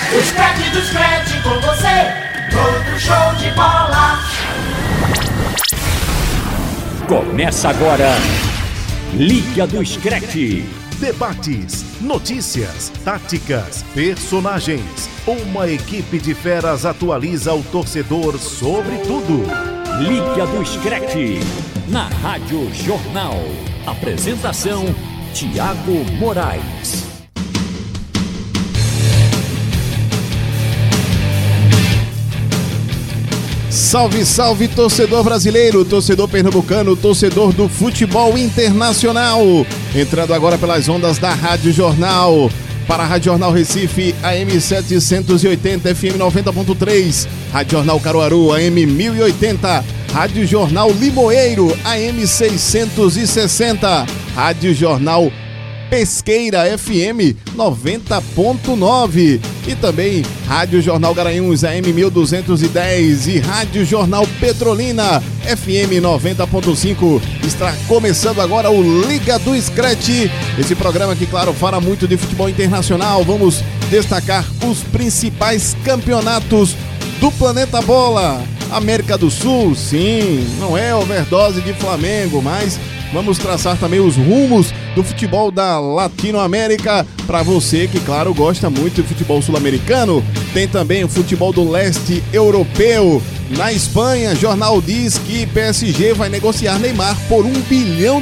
O Scratch do Scratch com você, todo show de bola. Começa agora, Liga do Scratch. Debates, notícias, táticas, personagens. Uma equipe de feras atualiza o torcedor sobre tudo. Liga do Scratch, na Rádio Jornal. Apresentação, Thiago Moraes. Salve, salve, torcedor brasileiro, torcedor pernambucano, torcedor do futebol internacional. Entrando agora pelas ondas da Rádio Jornal. Para a Rádio Jornal Recife, AM 780, FM 90.3. Rádio Jornal Caruaru, AM 1080. Rádio Jornal Limoeiro, AM 660. Rádio Jornal Pesqueira, FM 90.9. E também Rádio Jornal Garanhuns, AM 1210. E Rádio Jornal Petrolina, FM 90.5. Está começando agora o Liga do Scratch. Esse programa que, claro, fala muito de futebol internacional. Vamos destacar os principais campeonatos do Planeta Bola. América do Sul, sim, não é overdose de Flamengo, mas vamos traçar também os rumos do futebol da Latinoamérica para você que, claro, gosta muito do futebol sul-americano. Tem também o futebol do leste europeu. Na Espanha, jornal diz que PSG vai negociar Neymar por R$1 bilhão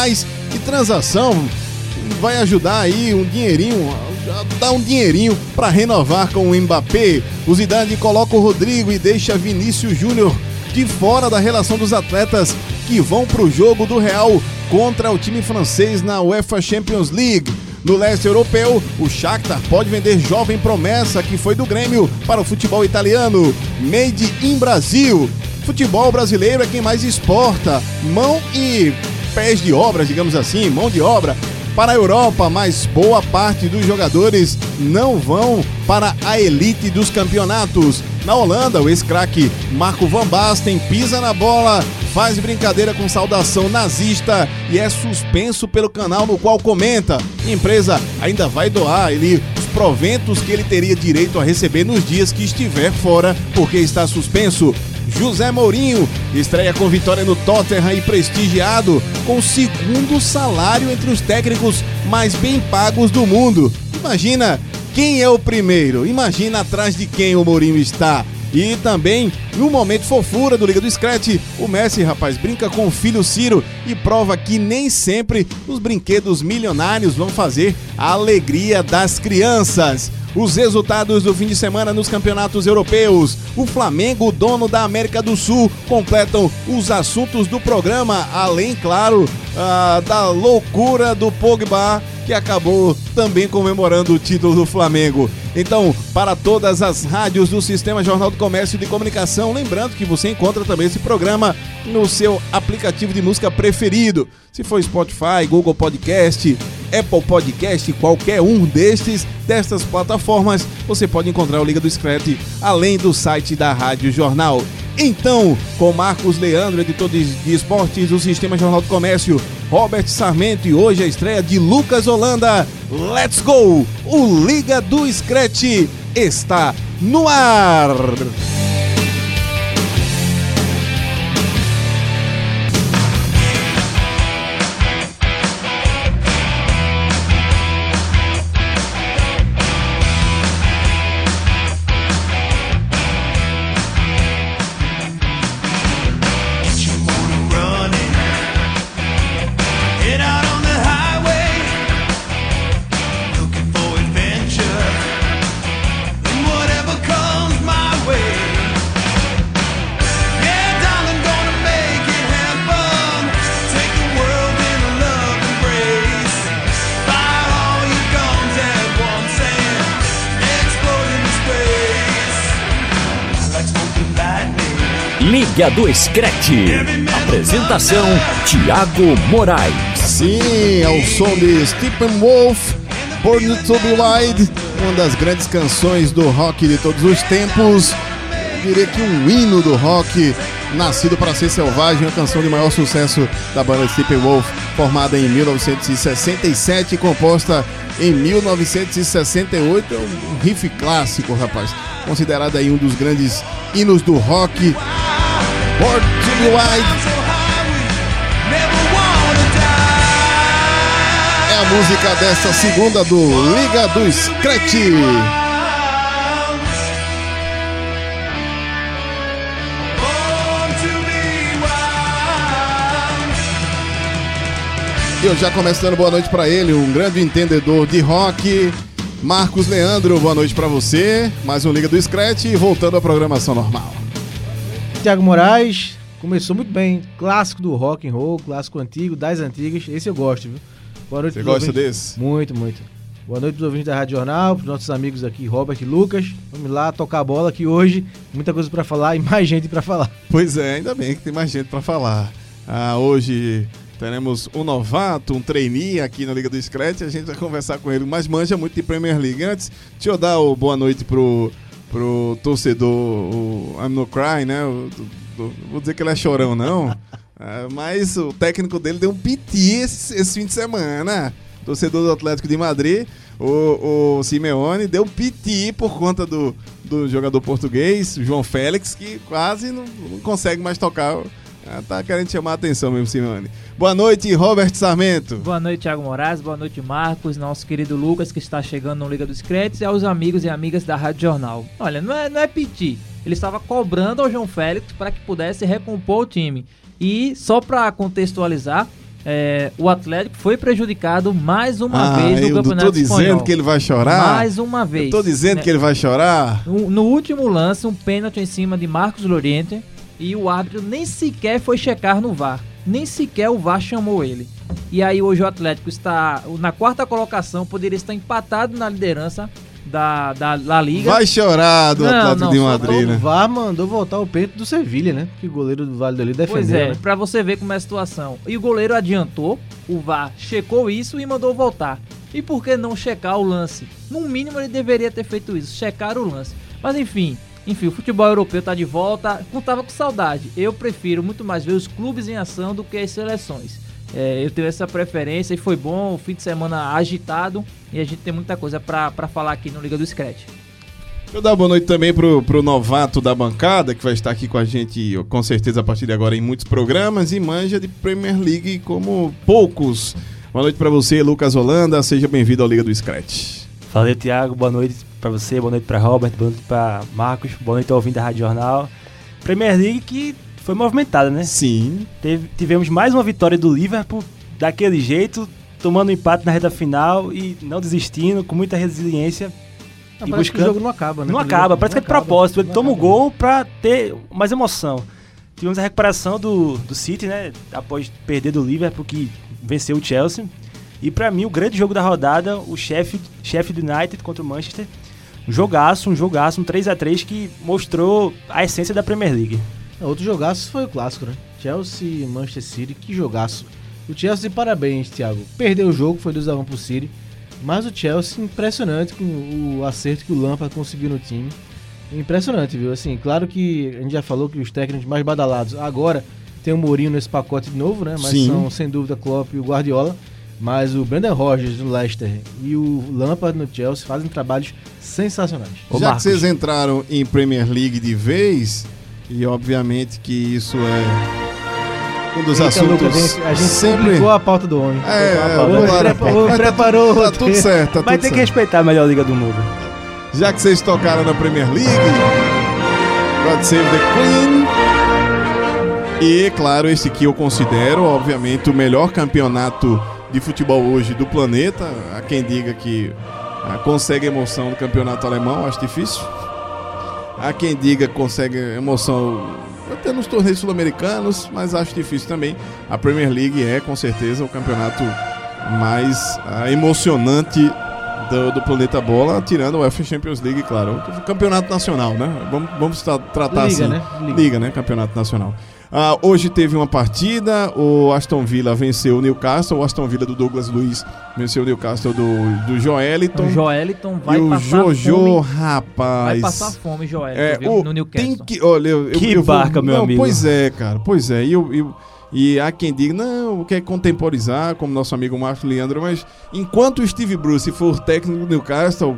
de transação. Vai ajudar aí um dinheirinho, dá um dinheirinho para renovar com o Mbappé. O Zidane coloca o Rodrigo e deixa Vinícius Júnior de fora da relação dos atletas que vão para o jogo do Real contra o time francês na UEFA Champions League. No leste europeu, o Shakhtar pode vender jovem promessa que foi do Grêmio para o futebol italiano. Made in Brasil. Futebol brasileiro é quem mais exporta mão e pés de obra, digamos assim, mão de obra para a Europa, mas boa parte dos jogadores não vão para a elite dos campeonatos. Na Holanda, o ex-craque Marco van Basten pisa na bola, faz brincadeira com saudação nazista e é suspenso pelo canal no qual comenta. A empresa ainda vai doar os proventos que ele teria direito a receber nos dias que estiver fora, porque está suspenso. José Mourinho estreia com vitória no Tottenham e prestigiado com o segundo salário entre os técnicos mais bem pagos do mundo. Imagina quem é o primeiro, imagina atrás de quem o Mourinho está. E também, no momento fofura do Liga do Scratch, o Messi, rapaz, brinca com o filho Ciro e prova que nem sempre os brinquedos milionários vão fazer a alegria das crianças. Os resultados do fim de semana nos campeonatos europeus. O Flamengo, dono da América do Sul, completam os assuntos do programa, além, claro, da loucura do Pogba, que acabou também comemorando o título do Flamengo. Então, para todas as rádios do Sistema Jornal do Comércio e de Comunicação, lembrando que você encontra também esse programa no seu aplicativo de música preferido. Se for Spotify, Google Podcast, Apple Podcast, qualquer um destas plataformas, você pode encontrar o Liga do Scratch, além do site da Rádio Jornal. Então, com Marcos Leandro, editor de esportes do Sistema Jornal do Comércio, Robert Sarmento e hoje a estreia de Lucas Holanda. Let's go! O Liga do Scratch está no ar! Liga do Scratch. Apresentação, Thiago Moraes. Sim, ao som de Steppenwolf, Born to Be Wild, uma das grandes canções do rock de todos os tempos. Eu diria que um hino do rock Nascido para Ser Selvagem, a canção de maior sucesso da banda Steppenwolf, formada em 1967 e composta em 1968. É um riff clássico, rapaz. Considerado aí um dos grandes hinos do rock. Born to be Wild. É a música dessa segunda do Liga do Scratch. Eu já começando, boa noite para ele, um grande entendedor de rock, Marcos Leandro, boa noite para você. Mais um Liga do Scratch e voltando à programação normal. Thiago Moraes, começou muito bem, clássico do rock and roll, clássico antigo, das antigas, esse eu gosto, viu? Boa noite. Você gosta desse? Muito. Boa noite para os ouvintes da Rádio Jornal, para os nossos amigos aqui, Robert e Lucas. Vamos lá tocar a bola aqui hoje, muita coisa para falar e mais gente para falar. Pois é, ainda bem que tem mais gente para falar. Hoje teremos um novato, um trainee aqui na Liga do Scratch, a gente vai conversar com ele, mas manja muito de Premier League. Antes, deixa eu dar o boa noite pro torcedor, o I'm No Cry, né? Vou dizer que ele é chorão, não, mas o técnico dele deu um piti esse fim de semana. Torcedor do Atlético de Madrid, o Simeone, deu um piti por conta do jogador português, João Félix, que quase não consegue mais tocar. Tá querendo chamar a atenção mesmo, Simeone. Boa noite, Robert Sarmento. Boa noite, Thiago Moraes. Boa noite, Marcos, nosso querido Lucas, que está chegando no Liga dos Scratch, e aos amigos e amigas da Rádio Jornal. Olha, não é piti. Ele estava cobrando ao João Félix para que pudesse recompor o time. E só para contextualizar, o Atlético foi prejudicado mais uma vez no Campeonato Espanhol. Eu tô dizendo que ele vai chorar. Mais uma vez. Eu tô dizendo que ele vai chorar. No último lance, um pênalti em cima de Marcos Llorente. E o árbitro nem sequer foi checar no VAR. Nem sequer o VAR chamou ele. E aí hoje o Atlético está na quarta colocação, poderia estar empatado na liderança da La Liga. Vai chorar do Atlético de Madrid, né? O VAR mandou voltar o pênalti do Sevilha, né? Que o goleiro do Vale do defendeu. Pois é, né? Pra você ver como é a situação. E o goleiro adiantou, o VAR checou isso e mandou voltar. E por que não checar o lance? No mínimo ele deveria ter feito isso, checar o lance. Mas enfim, o futebol europeu tá de volta, não tava com saudade. Eu prefiro muito mais ver os clubes em ação do que as seleções. Eu tenho essa preferência e foi bom, o fim de semana agitado e a gente tem muita coisa pra falar aqui no Liga do Scratch. Eu dar boa noite também pro novato da bancada, que vai estar aqui com a gente, com certeza, a partir de agora em muitos programas e manja de Premier League como poucos. Boa noite pra você, Lucas Holanda, seja bem-vindo ao Liga do Scratch. Valeu, Thiago, boa noite pra você, boa noite pra Robert, boa noite pra Marcos, boa noite ao ouvinte da Rádio Jornal. Premier League que foi movimentada, né? Sim. Tivemos mais uma vitória do Liverpool, daquele jeito, tomando empate na reta final e não desistindo, com muita resiliência. E parece que o jogo não acaba, né? Não acaba, parece que é de propósito, ele toma o gol pra ter mais emoção. Tivemos a recuperação do City, né? Após perder do Liverpool, que venceu o Chelsea. E pra mim, o grande jogo da rodada, o Sheffield United contra o Manchester. Um jogaço, um 3-3 que mostrou a essência da Premier League. Outro jogaço foi o clássico, né? Chelsea e Manchester City, que jogaço. O Chelsea, parabéns, Thiago. Perdeu o jogo, foi 2-1 pro City. Mas o Chelsea, impressionante com o acerto que o Lampard conseguiu no time. Impressionante, viu? Assim, claro que a gente já falou que os técnicos mais badalados agora tem o Mourinho nesse pacote de novo, né? Mas sim, são, sem dúvida, Klopp e o Guardiola. Mas o Brendan Rodgers do Leicester e o Lampard no Chelsea fazem trabalhos sensacionais. Já que vocês entraram em Premier League de vez, e obviamente que isso é um dos assuntos... Lucas, a gente sempre ligou a pauta do homem. Preparou. Tá tudo certo. Tá Mas tem que respeitar a melhor liga do mundo. Já que vocês tocaram na Premier League, God Save the Queen. E, claro, esse que eu considero, obviamente, o melhor campeonato de futebol hoje do planeta. Há quem diga que consegue emoção no campeonato alemão, acho difícil. Há quem diga que consegue emoção até nos torneios sul-americanos, mas acho difícil também. A Premier League é, com certeza, o campeonato mais emocionante do Planeta Bola, tirando o UEFA Champions League, claro. O campeonato nacional, né? Vamos tratar Liga, assim. né? Liga, né? Campeonato nacional. Hoje teve uma partida, o Aston Villa venceu o Newcastle, o Aston Villa do Douglas Luiz venceu o Newcastle do Joeliton. O Joeliton vai e o passar Jojo, fome. rapaz. Vai passar fome, Joeliton, no Newcastle. Tem que, olha, Que barca, meu amigo. Pois é, cara, pois é. E há quem diga, não, quer contemporizar, como nosso amigo Marcos Leandro, mas enquanto o Steve Bruce for técnico do Newcastle,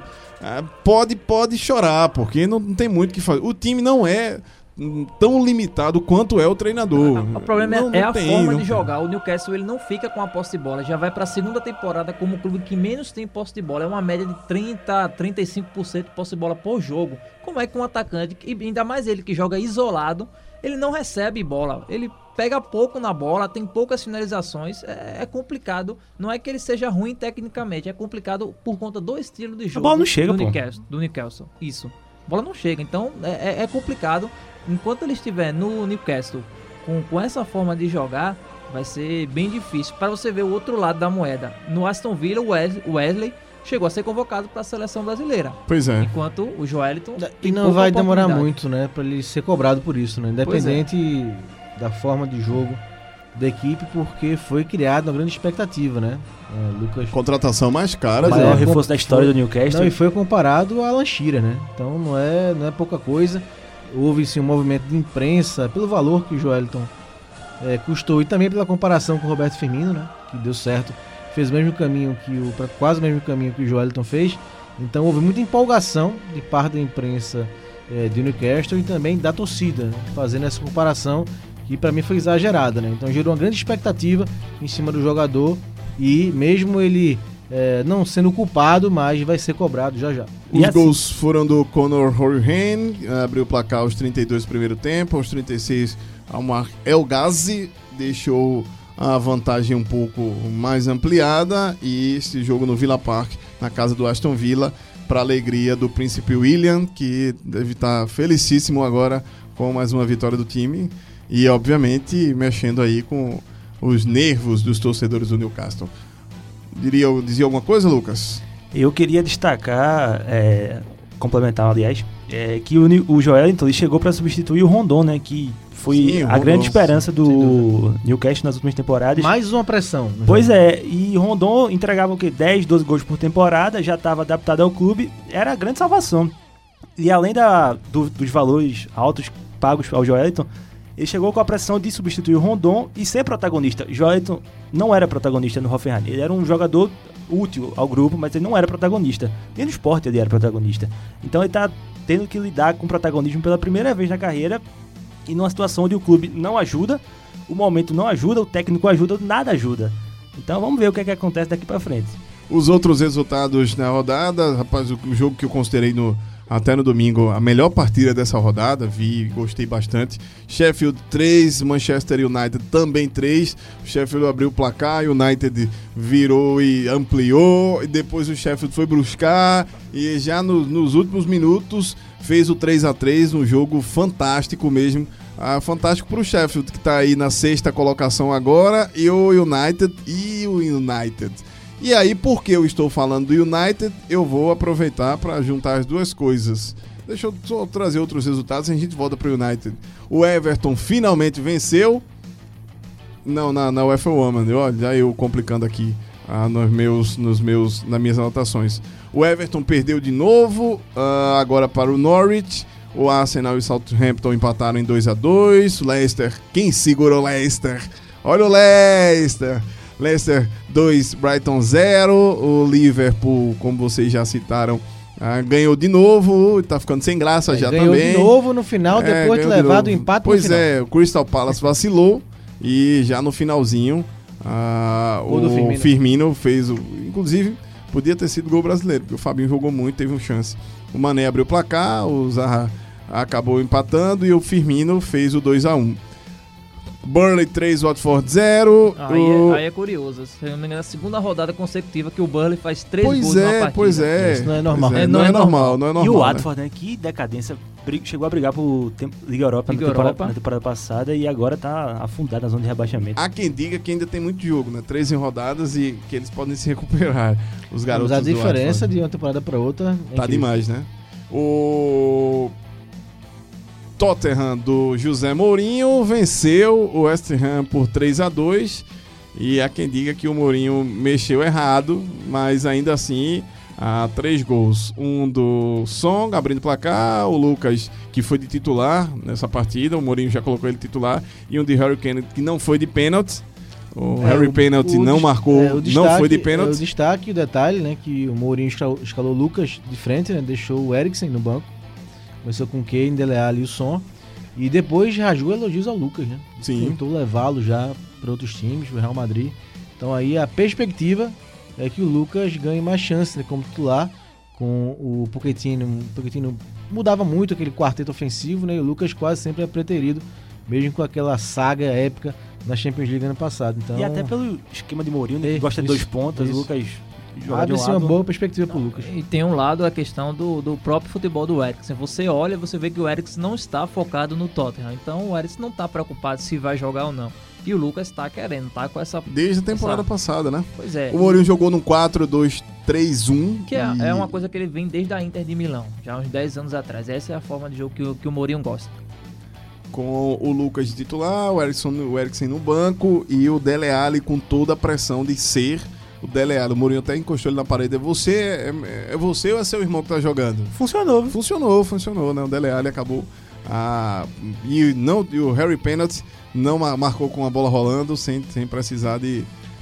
pode chorar, porque não tem muito o que fazer. O time não é tão limitado quanto é o treinador. O problema Não é a tem, forma não de tem. jogar. O Newcastle ele não fica com a posse de bola. Já vai para a segunda temporada como o clube que menos tem posse de bola. É uma média de 30 a 35% de posse de bola por jogo. Como é que um atacante, e ainda mais ele que joga isolado, ele não recebe bola. Ele pega pouco na bola, tem poucas finalizações. É complicado. Não é que ele seja ruim tecnicamente. É complicado por conta do estilo de jogo. bola não chega, do pô. Do Newcastle. Isso. A bola não chega. Então é complicado. Enquanto ele estiver no Newcastle com essa forma de jogar, vai ser bem difícil. Para você ver o outro lado da moeda. No Aston Villa, o Wesley chegou a ser convocado para a seleção brasileira. Pois é. Enquanto o Joeliton E não vai demorar muito, né? Pra ele ser cobrado por isso, né? Pois é. Independente da forma de jogo da equipe, porque foi criada uma grande expectativa, né? Lucas... Contratação mais cara. O Mas maior é, reforço da história do Newcastle. Não, e foi comparado a Alan Shearer, né? Então não é pouca coisa. Houve sim um movimento de imprensa pelo valor que o Joeliton custou e também pela comparação com o Roberto Firmino, né? Que deu certo, fez o mesmo caminho quase o mesmo caminho que o Joeliton fez. Então houve muita empolgação de parte da imprensa de Newcastle e também da torcida, né? Fazendo essa comparação que para mim foi exagerada, né? Então gerou uma grande expectativa em cima do jogador e mesmo ele não sendo culpado, mas vai ser cobrado já. Os gols foram do Conor Hourihane, abriu o placar aos 32 do primeiro tempo, aos 36 Almar El Ghazi deixou a vantagem um pouco mais ampliada e esse jogo no Villa Park, na casa do Aston Villa, para alegria do Príncipe William, que deve estar felicíssimo agora com mais uma vitória do time e obviamente mexendo aí com os nervos dos torcedores do Newcastle. Dizia alguma coisa, Lucas? Eu queria destacar, complementar, aliás, que o Joeliton chegou para substituir o Rondon, né? Que foi a grande esperança do Newcastle nas últimas temporadas. Mais uma pressão. Pois é, e Rondon entregava o quê? 10, 12 gols por temporada, já estava adaptado ao clube, era a grande salvação. E além dos valores altos pagos ao Joeliton, ele chegou com a pressão de substituir o Rondon e ser protagonista. Joeliton não era protagonista no Hoffenheim, ele era um jogador útil ao grupo, mas ele não era protagonista. Nem no Sport ele era protagonista. Então ele está tendo que lidar com protagonismo pela primeira vez na carreira e numa situação onde o clube não ajuda, o momento não ajuda, o técnico ajuda, nada ajuda. Então vamos ver o que acontece daqui para frente. Os outros resultados na rodada, rapaz, o jogo que eu considerei até no domingo, a melhor partida dessa rodada, gostei bastante. Sheffield 3, Manchester United também 3. O Sheffield abriu o placar, o United virou e ampliou, e depois o Sheffield foi buscar, e já nos últimos minutos fez o 3-3, um jogo fantástico mesmo. Fantástico para o Sheffield, que está aí na 6ª colocação agora, e o United. E aí, por que eu estou falando do United, eu vou aproveitar para juntar as duas coisas. Deixa eu só trazer outros resultados e a gente volta para o United. O Everton finalmente venceu. Não, na UEFA Women, olha eu complicando aqui nas minhas anotações. O Everton perdeu de novo, agora para o Norwich. O Arsenal e o Southampton empataram em 2-2. O Leicester, quem segurou o Leicester? Olha o Leicester! Leicester 2, Brighton 0. O Liverpool, como vocês já citaram, ganhou de novo. Tá ficando sem graça já ganhou também. Ganhou de novo no final, depois de levado o empate pois no final. Pois é, o Crystal Palace vacilou e já no finalzinho o Firmino fez inclusive, podia ter sido gol brasileiro, porque o Fabinho jogou muito, teve uma chance. O Mané abriu o placar, o Zaha acabou empatando e o Firmino fez o 2-1. Burnley 3, Watford 0. Aí é curioso. Se não me engano, é a segunda rodada consecutiva que o Burnley faz 3 gols Pois numa é, partida. pois é. Isso não é normal. Não é normal. E o né? Watford, né? Que decadência. Chegou a brigar por Liga Europa na temporada passada e agora tá afundado na zona de rebaixamento. Há quem diga que ainda tem muito jogo, né? 13 rodadas e que eles podem se recuperar. Os garotos Mas a do diferença Watford. de uma temporada para outra Tá incrível. demais, né? O Tottenham do José Mourinho venceu o West Ham por 3-2 e há quem diga que o Mourinho mexeu errado, mas ainda assim há 3 gols. Um do Song abrindo o placar, o Lucas que foi de titular nessa partida, o Mourinho já colocou ele titular, e um de Harry Kane que não foi de pênalti. O Harry Penalty não marcou, não foi de pênalti. O destaque, o detalhe, né, que o Mourinho escalou o Lucas de frente, né, deixou o Eriksen no banco. Começou com o Kane, Dele Alli e o Son. E depois rasgou elogios ao Lucas, né? Sim. Tentou levá-lo já para outros times, para o Real Madrid. Então aí a perspectiva é que o Lucas ganhe mais chance, né, como titular, com o Pochettino. O Pochettino mudava muito aquele quarteto ofensivo, né? E o Lucas quase sempre é preterido, mesmo com aquela saga épica na Champions League ano passado. Então, E até pelo esquema de Mourinho, né, que gosta de 2 pontas, o Lucas joga de um abre-se uma lado. boa perspectiva pro Lucas. E tem um lado a questão do próprio futebol do Eriksen. Você olha, você vê que o Eriksen não está focado no Tottenham. Então o Eriksen não está preocupado se vai jogar ou não. E o Lucas está querendo, tá com essa... Desde a temporada passada, né? Pois é. O Mourinho jogou num 4-2-3-1. Que é uma coisa que ele vem desde a Inter de Milão, já há uns 10 anos atrás. Essa é a forma de jogo que o Mourinho gosta. Com o Lucas de titular, o Eriksen no banco e o Dele Alli com toda a pressão de ser o Dele Alli. O Mourinho até encostou ele na parede. É você ou é seu irmão que tá jogando? Funcionou, viu? Funcionou, né? O Dele Alli acabou. E o Harry Penalty não marcou com a bola rolando sem precisar de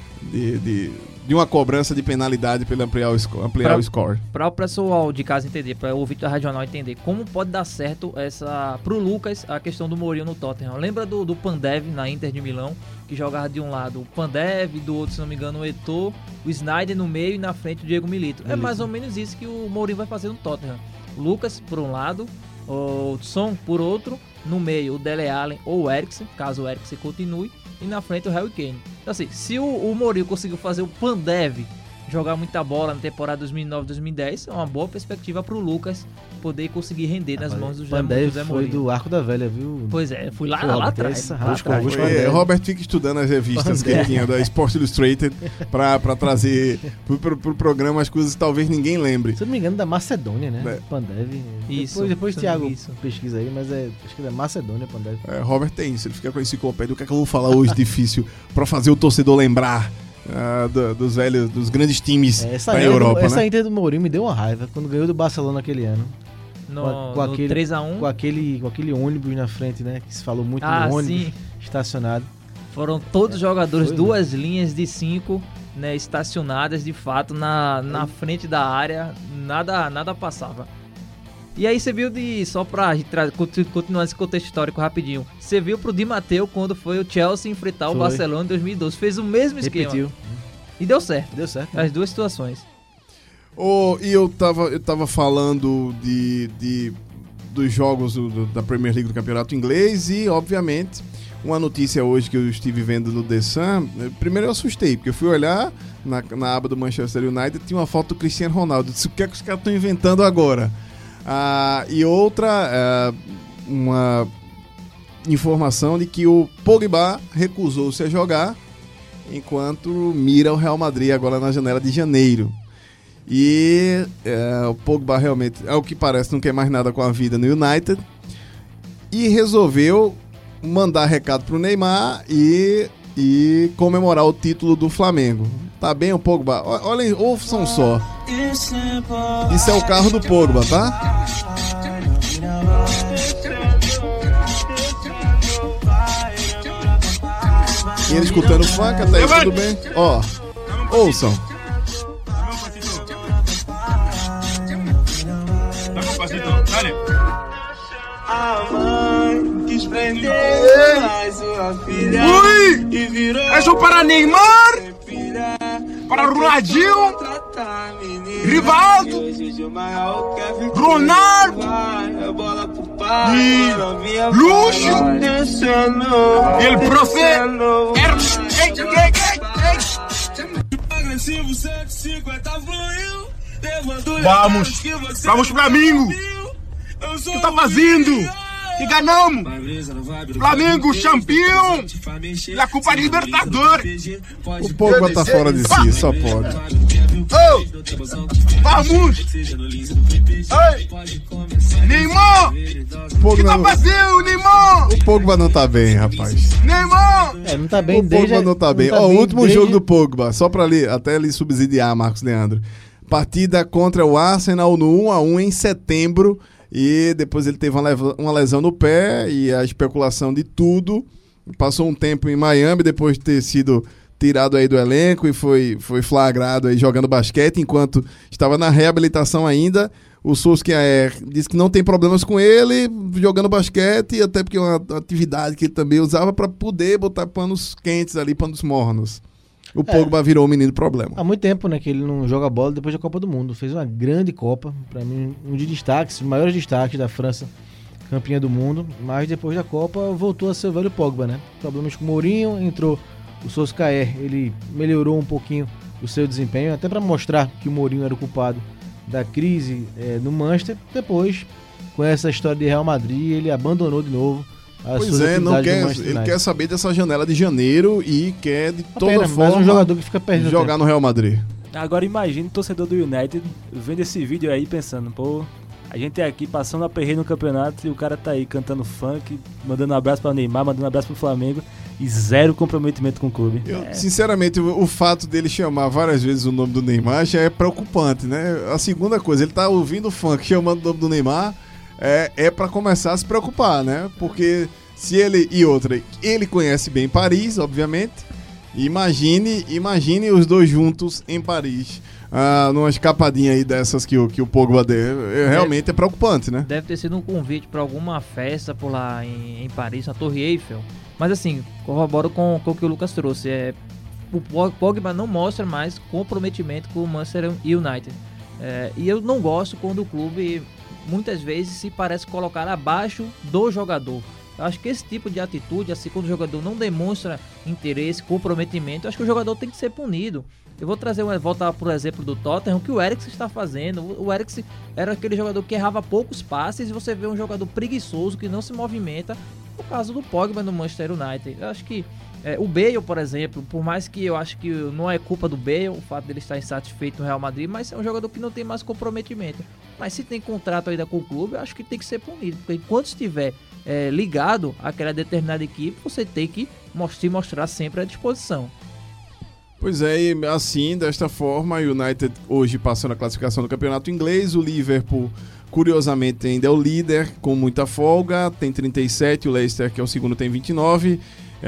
uma cobrança de penalidade para ele ampliar o score. Para o pessoal de casa entender, para o ouvinte da Regional entender como pode dar certo pro Lucas a questão do Mourinho no Tottenham. Lembra do Pandev na Inter de Milão, que jogava de um lado o Pandev, do outro, se não me engano, o Eto'o, o Sneijder no meio e na frente o Diego Milito. É mais ou menos isso que o Mourinho vai fazer no Tottenham. O Lucas por um lado, o Son por outro, no meio o Dele Alli ou o Eriksen, caso o Eriksen continue, e na frente o Harry Kane. Então assim, se o Mourinho conseguiu fazer o Pandev jogar muita bola na temporada 2009-2010, é uma boa perspectiva pro Lucas poder conseguir render nas mãos do José Mourinho. Foi do Arco da Velha, viu? Pois é, fui lá atrás. Robert fica estudando as revistas que ele tinha da Sports Illustrated pra trazer pro programa as coisas que talvez ninguém lembre. Se eu não me engano, da Macedônia, né? Pandev. Isso. Depois Thiago pesquisa aí, mas acho que é da Macedônia, Pandev. Robert tem isso, ele fica com a enciclopédia. O que é que eu vou falar hoje difícil pra fazer o torcedor lembrar dos grandes times da Europa, essa né? Inter do Mourinho me deu uma raiva quando ganhou do Barcelona aquele ano. No aquele 3-1. Com aquele ônibus na frente, né? Que se falou muito do ônibus estacionado. Foram todos jogadores, 2 linhas de 5, né, estacionadas de fato na frente da área, nada passava. E aí você viu só pra continuar esse contexto histórico rapidinho, você viu pro Di Matteo quando foi o Chelsea enfrentar o Barcelona em 2012, fez o mesmo esquema. Repetiu. E deu certo. Né? As duas situações. E eu tava falando dos jogos da Premier League do Campeonato Inglês e, obviamente, uma notícia hoje que eu estive vendo no The Sun. Primeiro eu assustei, porque eu fui olhar na aba do Manchester United, tinha uma foto do Cristiano Ronaldo. Eu disse, o que é que os caras estão inventando agora? E outra, uma informação de que o Pogba recusou-se a jogar enquanto mira o Real Madrid agora na janela de janeiro. E o Pogba realmente, ao que parece, não quer mais nada com a vida no United e resolveu mandar recado pro Neymar e comemorar o título do Flamengo. Tá bem o Pogba? Olhem, ouçam só. Isso é o carro do Pogba, tá? E ele escutando funk, até aí tudo bem. Ó, ouçam. A mãe quis prender a sua filha. Ui! Isso para Neymar, para Ronaldinho, Rivaldo, Ronaldo, Luxo! El profe! Vamos Flamengo! O que tá fazendo? Que ganhamos! Flamengo campeão! La Copa Libertadores! O Pogba tá fora de si, só pode. Vamos! Neymar! O que tá fazendo, Neymar? O Pogba não tá bem, rapaz. Neymar! Não tá bem O Pogba não tá bem. Ó, o último jogo do Pogba, só pra até ele subsidiar, Marcos Leandro. Partida contra o Arsenal no 1-1 em setembro. E depois ele teve uma lesão no pé e a especulação de tudo. Passou um tempo em Miami depois de ter sido tirado aí do elenco e foi flagrado aí jogando basquete enquanto estava na reabilitação ainda. O Solskjaer disse que não tem problemas com ele jogando basquete, até porque é uma atividade que ele também usava para poder botar panos quentes ali, panos mornos. O Pogba virou um menino problema. Há muito tempo, né, que ele não joga bola depois da Copa do Mundo. Fez uma grande Copa, para mim, um de destaques, os maiores destaques da França, campeã do mundo. Mas depois da Copa voltou a ser o velho Pogba, né? Problemas com o Mourinho, entrou o Solskjaer, ele melhorou um pouquinho o seu desempenho, até para mostrar que o Mourinho era o culpado da crise no Manchester. Depois, com essa história de Real Madrid, ele abandonou de novo. Pois é, não quer, ele quer saber dessa janela de janeiro e quer de toda forma um jogador que fica perdendo jogar tempo no Real Madrid. Agora imagine o torcedor do United vendo esse vídeo aí pensando, pô, a gente é aqui passando a perreira no campeonato e o cara tá aí cantando funk, mandando um abraço para Neymar, mandando um abraço pro Flamengo e zero comprometimento com o clube. Sinceramente, o fato dele chamar várias vezes o nome do Neymar já é preocupante, né? A segunda coisa, ele tá ouvindo funk chamando o nome do Neymar, é para começar a se preocupar, né? Porque se ele ele conhece bem Paris, obviamente. Imagine os dois juntos em Paris, numa escapadinha aí dessas que o Pogba deu. Realmente é preocupante, né? Deve ter sido um convite para alguma festa por lá em Paris, na Torre Eiffel. Mas assim, corroboro com o que o Lucas trouxe. O Pogba não mostra mais comprometimento com o Manchester United. E eu não gosto quando o clube muitas vezes se parece colocar abaixo do jogador. Eu acho que esse tipo de atitude, assim, quando o jogador não demonstra interesse, comprometimento, eu acho que o jogador tem que ser punido. Eu vou voltar por exemplo do Tottenham, que o Eriksen está fazendo. O Eriksen era aquele jogador que errava poucos passes, e você vê um jogador preguiçoso, que não se movimenta. No caso do Pogba no Manchester United, eu acho que o Bale, por exemplo, por mais que eu acho que não é culpa do Bale, o fato dele estar insatisfeito no Real Madrid, mas é um jogador que não tem mais comprometimento. Mas se tem contrato ainda com o clube, eu acho que tem que ser punido, porque enquanto estiver ligado àquela determinada equipe, você tem que se mostrar sempre à disposição. Pois é, e assim, desta forma, o United hoje passando a classificação do campeonato inglês, o Liverpool, curiosamente, ainda é o líder com muita folga, tem 37, o Leicester, que é o segundo, tem 29,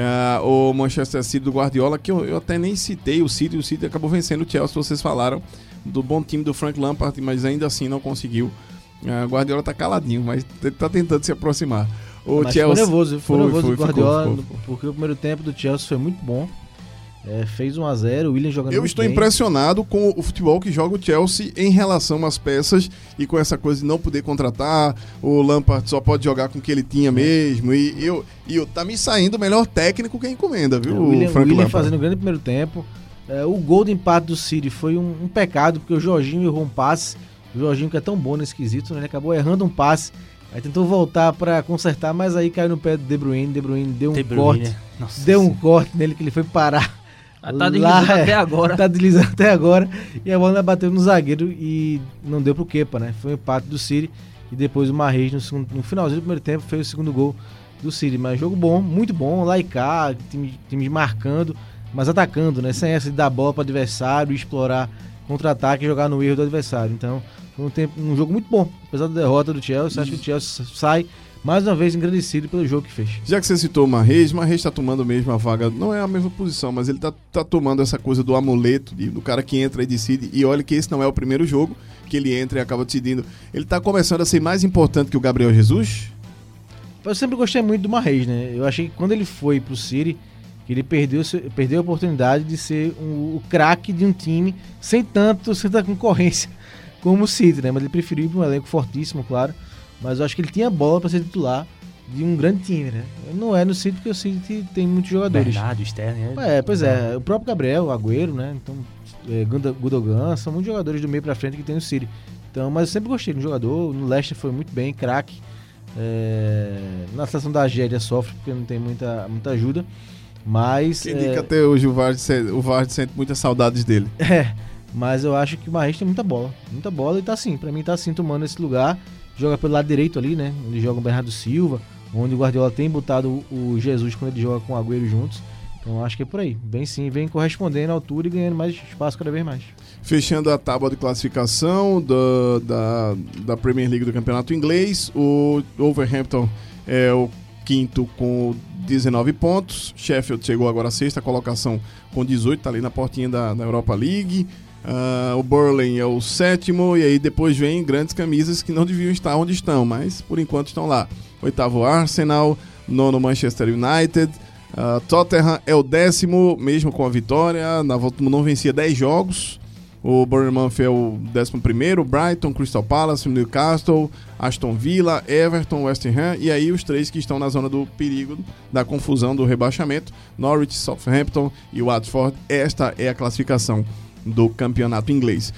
o Manchester City do Guardiola, que eu até nem citei, o City acabou vencendo o Chelsea, vocês falaram, do bom time do Frank Lampard, mas ainda assim não conseguiu. O Guardiola tá caladinho, mas ele tá tentando se aproximar. Mas Chelsea foi nervoso o Guardiola, porque o primeiro tempo do Chelsea foi muito bom. Fez 1-0, o Willian jogando muito bem. Eu estou impressionado com o futebol que joga o Chelsea em relação às peças e com essa coisa de não poder contratar, o Lampard só pode jogar com o que ele tinha mesmo, e tá me saindo o melhor técnico que a encomenda, viu? O Willian fazendo um grande primeiro tempo. O gol de empate do City foi um pecado, porque o Jorginho errou um passe. O Jorginho, que é tão bom nesse quesito, né? Ele acabou errando um passe. Aí tentou voltar pra consertar, mas aí caiu no pé do De Bruyne. De Bruyne deu um corte. Nossa, deu um corte nele que ele foi parar. Tá deslizando até agora. Tá deslizando até agora. E a bola bateu no zagueiro e não deu pro Kepa, né? Foi um empate do City. E depois o Mahrez, no finalzinho do primeiro tempo, fez o segundo gol do City. Mas jogo bom, muito bom. Lá e cá, times marcando, mas atacando, né? Sem essa de dar bola pro adversário, explorar contra-ataque e jogar no erro do adversário. Então, foi um jogo muito bom. Apesar da derrota do Chelsea, acho que o Chelsea sai mais uma vez engrandecido pelo jogo que fez. Já que você citou o Mahrez tá tomando mesmo a vaga, não é a mesma posição, mas ele tá tomando essa coisa do amuleto, do cara que entra e decide, e olha que esse não é o primeiro jogo que ele entra e acaba decidindo. Ele tá começando a ser mais importante que o Gabriel Jesus? Eu sempre gostei muito do Mahrez, né? Eu achei que quando ele foi pro City, ele perdeu a oportunidade de ser o craque de um time sem tanta concorrência como o City, né? Mas ele preferiu ir para um elenco fortíssimo, claro. mas eu acho que ele tinha bola para ser titular de um grande time, né? Não é no City, porque o City tem muitos jogadores. Bernardo, Sterling, Pois é, o próprio Gabriel, o Agüero, né? Então, Gundogan, são muitos jogadores do meio pra frente que tem no City. Então, mas eu sempre gostei do jogador, no Leicester foi muito bem, craque. Na situação da Argélia sofre porque não tem muita ajuda, mas... Quem indica até hoje o Vardy sente muitas saudades dele. Mas eu acho que o Mahrez tem muita bola e tá assim, pra mim tá assim, tomando esse lugar, joga pelo lado direito ali, né, onde joga o Bernardo Silva, onde o Guardiola tem botado o Jesus quando ele joga com o Agüero juntos. Então acho que é por aí, vem correspondendo à altura e ganhando mais espaço cada vez mais. Fechando a tábua de classificação da Premier League do Campeonato Inglês, o Wolverhampton é o quinto com 19 pontos, Sheffield chegou agora à sexta colocação com 18, tá ali na portinha da Europa League. O Burnley é o sétimo, e aí depois vem grandes camisas que não deviam estar onde estão, mas por enquanto estão lá. Oitavo Arsenal, nono Manchester United, Tottenham é o décimo, mesmo com a vitória, na volta não vencia 10 jogos. O Bournemouth é o 11º, Brighton, Crystal Palace, Newcastle, Aston Villa, Everton, West Ham, e aí os três que estão na zona do perigo, da confusão, do rebaixamento, Norwich, Southampton e Watford. Esta é a classificação do campeonato inglês.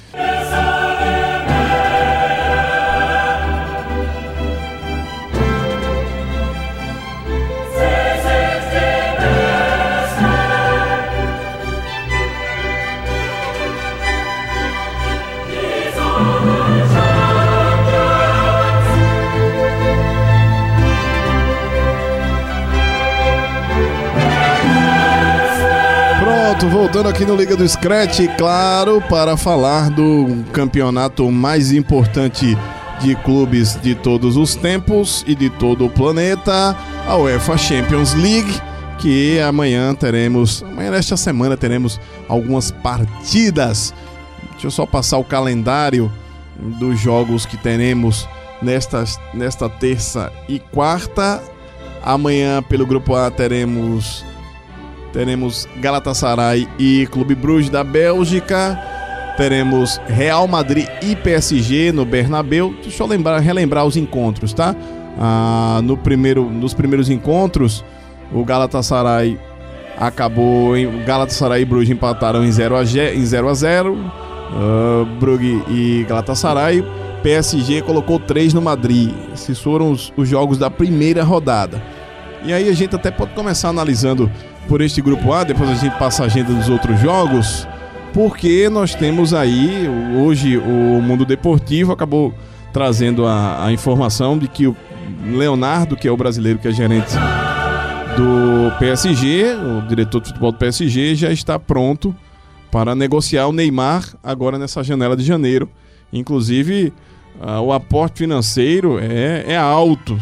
Voltando aqui no Liga do Scratch, claro, para falar do campeonato mais importante de clubes de todos os tempos e de todo o planeta, a UEFA Champions League, que amanhã nesta semana teremos algumas partidas. Deixa eu só passar o calendário dos jogos que teremos nesta terça e quarta. Amanhã, pelo grupo A, teremos Galatasaray e Clube Bruges da Bélgica. Teremos Real Madrid e PSG no Bernabéu. Deixa eu relembrar os encontros, tá? Nos primeiros encontros, o Galatasaray Galatasaray e Bruges empataram em 0-0. Brugge e Galatasaray. PSG colocou 3 no Madrid. Esses foram os jogos da primeira rodada. E aí a gente até pode começar analisando por este grupo A, depois a gente passa a agenda dos outros jogos, porque nós temos aí, hoje o Mundo Deportivo acabou trazendo a informação de que o Leonardo, que é o brasileiro que é gerente do PSG, o diretor de futebol do PSG, já está pronto para negociar o Neymar agora nessa janela de janeiro. Inclusive, o aporte financeiro é alto,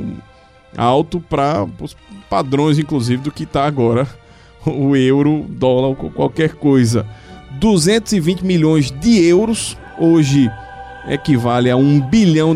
para os padrões, inclusive, do que está agora o euro, dólar, qualquer coisa. 220 milhões de euros, hoje equivale a R$1 bilhão.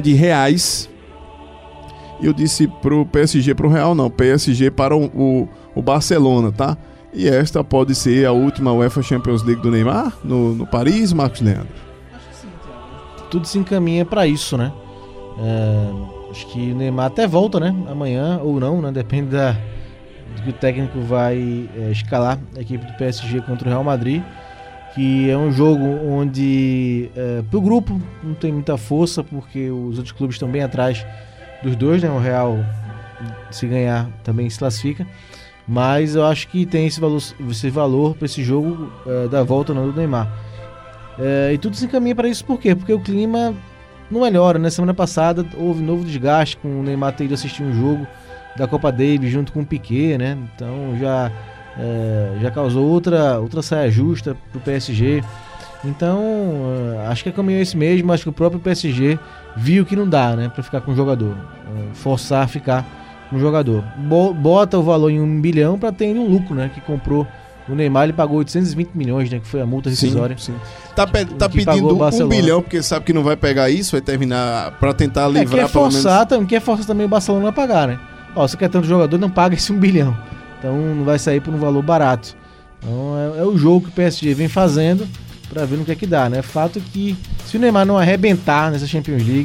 Eu disse para o PSG, para o Real não, PSG para o Barcelona, tá? E esta pode ser a última UEFA Champions League do Neymar no Paris, Marcos Leandro? Acho que sim, Thiago. Tudo se encaminha para isso, né? Acho que o Neymar até volta, né? Amanhã ou não, né? Depende do que o técnico vai escalar a equipe do PSG contra o Real Madrid, que é um jogo onde pro grupo não tem muita força, porque os outros clubes estão bem atrás dos dois, né? O Real, se ganhar, também se classifica, mas eu acho que tem esse valor para esse jogo da volta do Neymar. E tudo se encaminha para isso, por quê? Porque o clima não melhora, né? Semana passada houve novo desgaste com o Neymar ter ido assistir um jogo da Copa Davis junto com o Piquet, né? Então já causou outra saia justa pro PSG. Então acho que é caminho esse mesmo. Acho que o próprio PSG viu que não dá, né, para ficar com o jogador, forçar a ficar com o jogador. Bota o valor em R$1 bilhão para ter um lucro, né? Que comprou o Neymar, ele pagou 820 milhões, né? Que foi a multa rescisória. Sim. Tá pedindo R$1 bilhão, porque sabe que não vai pegar isso, vai terminar para tentar livrar pelo menos. Quer forçar também o Barcelona a pagar, né? Você quer tanto jogador, não paga esse R$1 bilhão. Então não vai sair por um valor barato. Então é o jogo que o PSG vem fazendo para ver no que é que dá, né? Fato que se o Neymar não arrebentar nessa Champions League,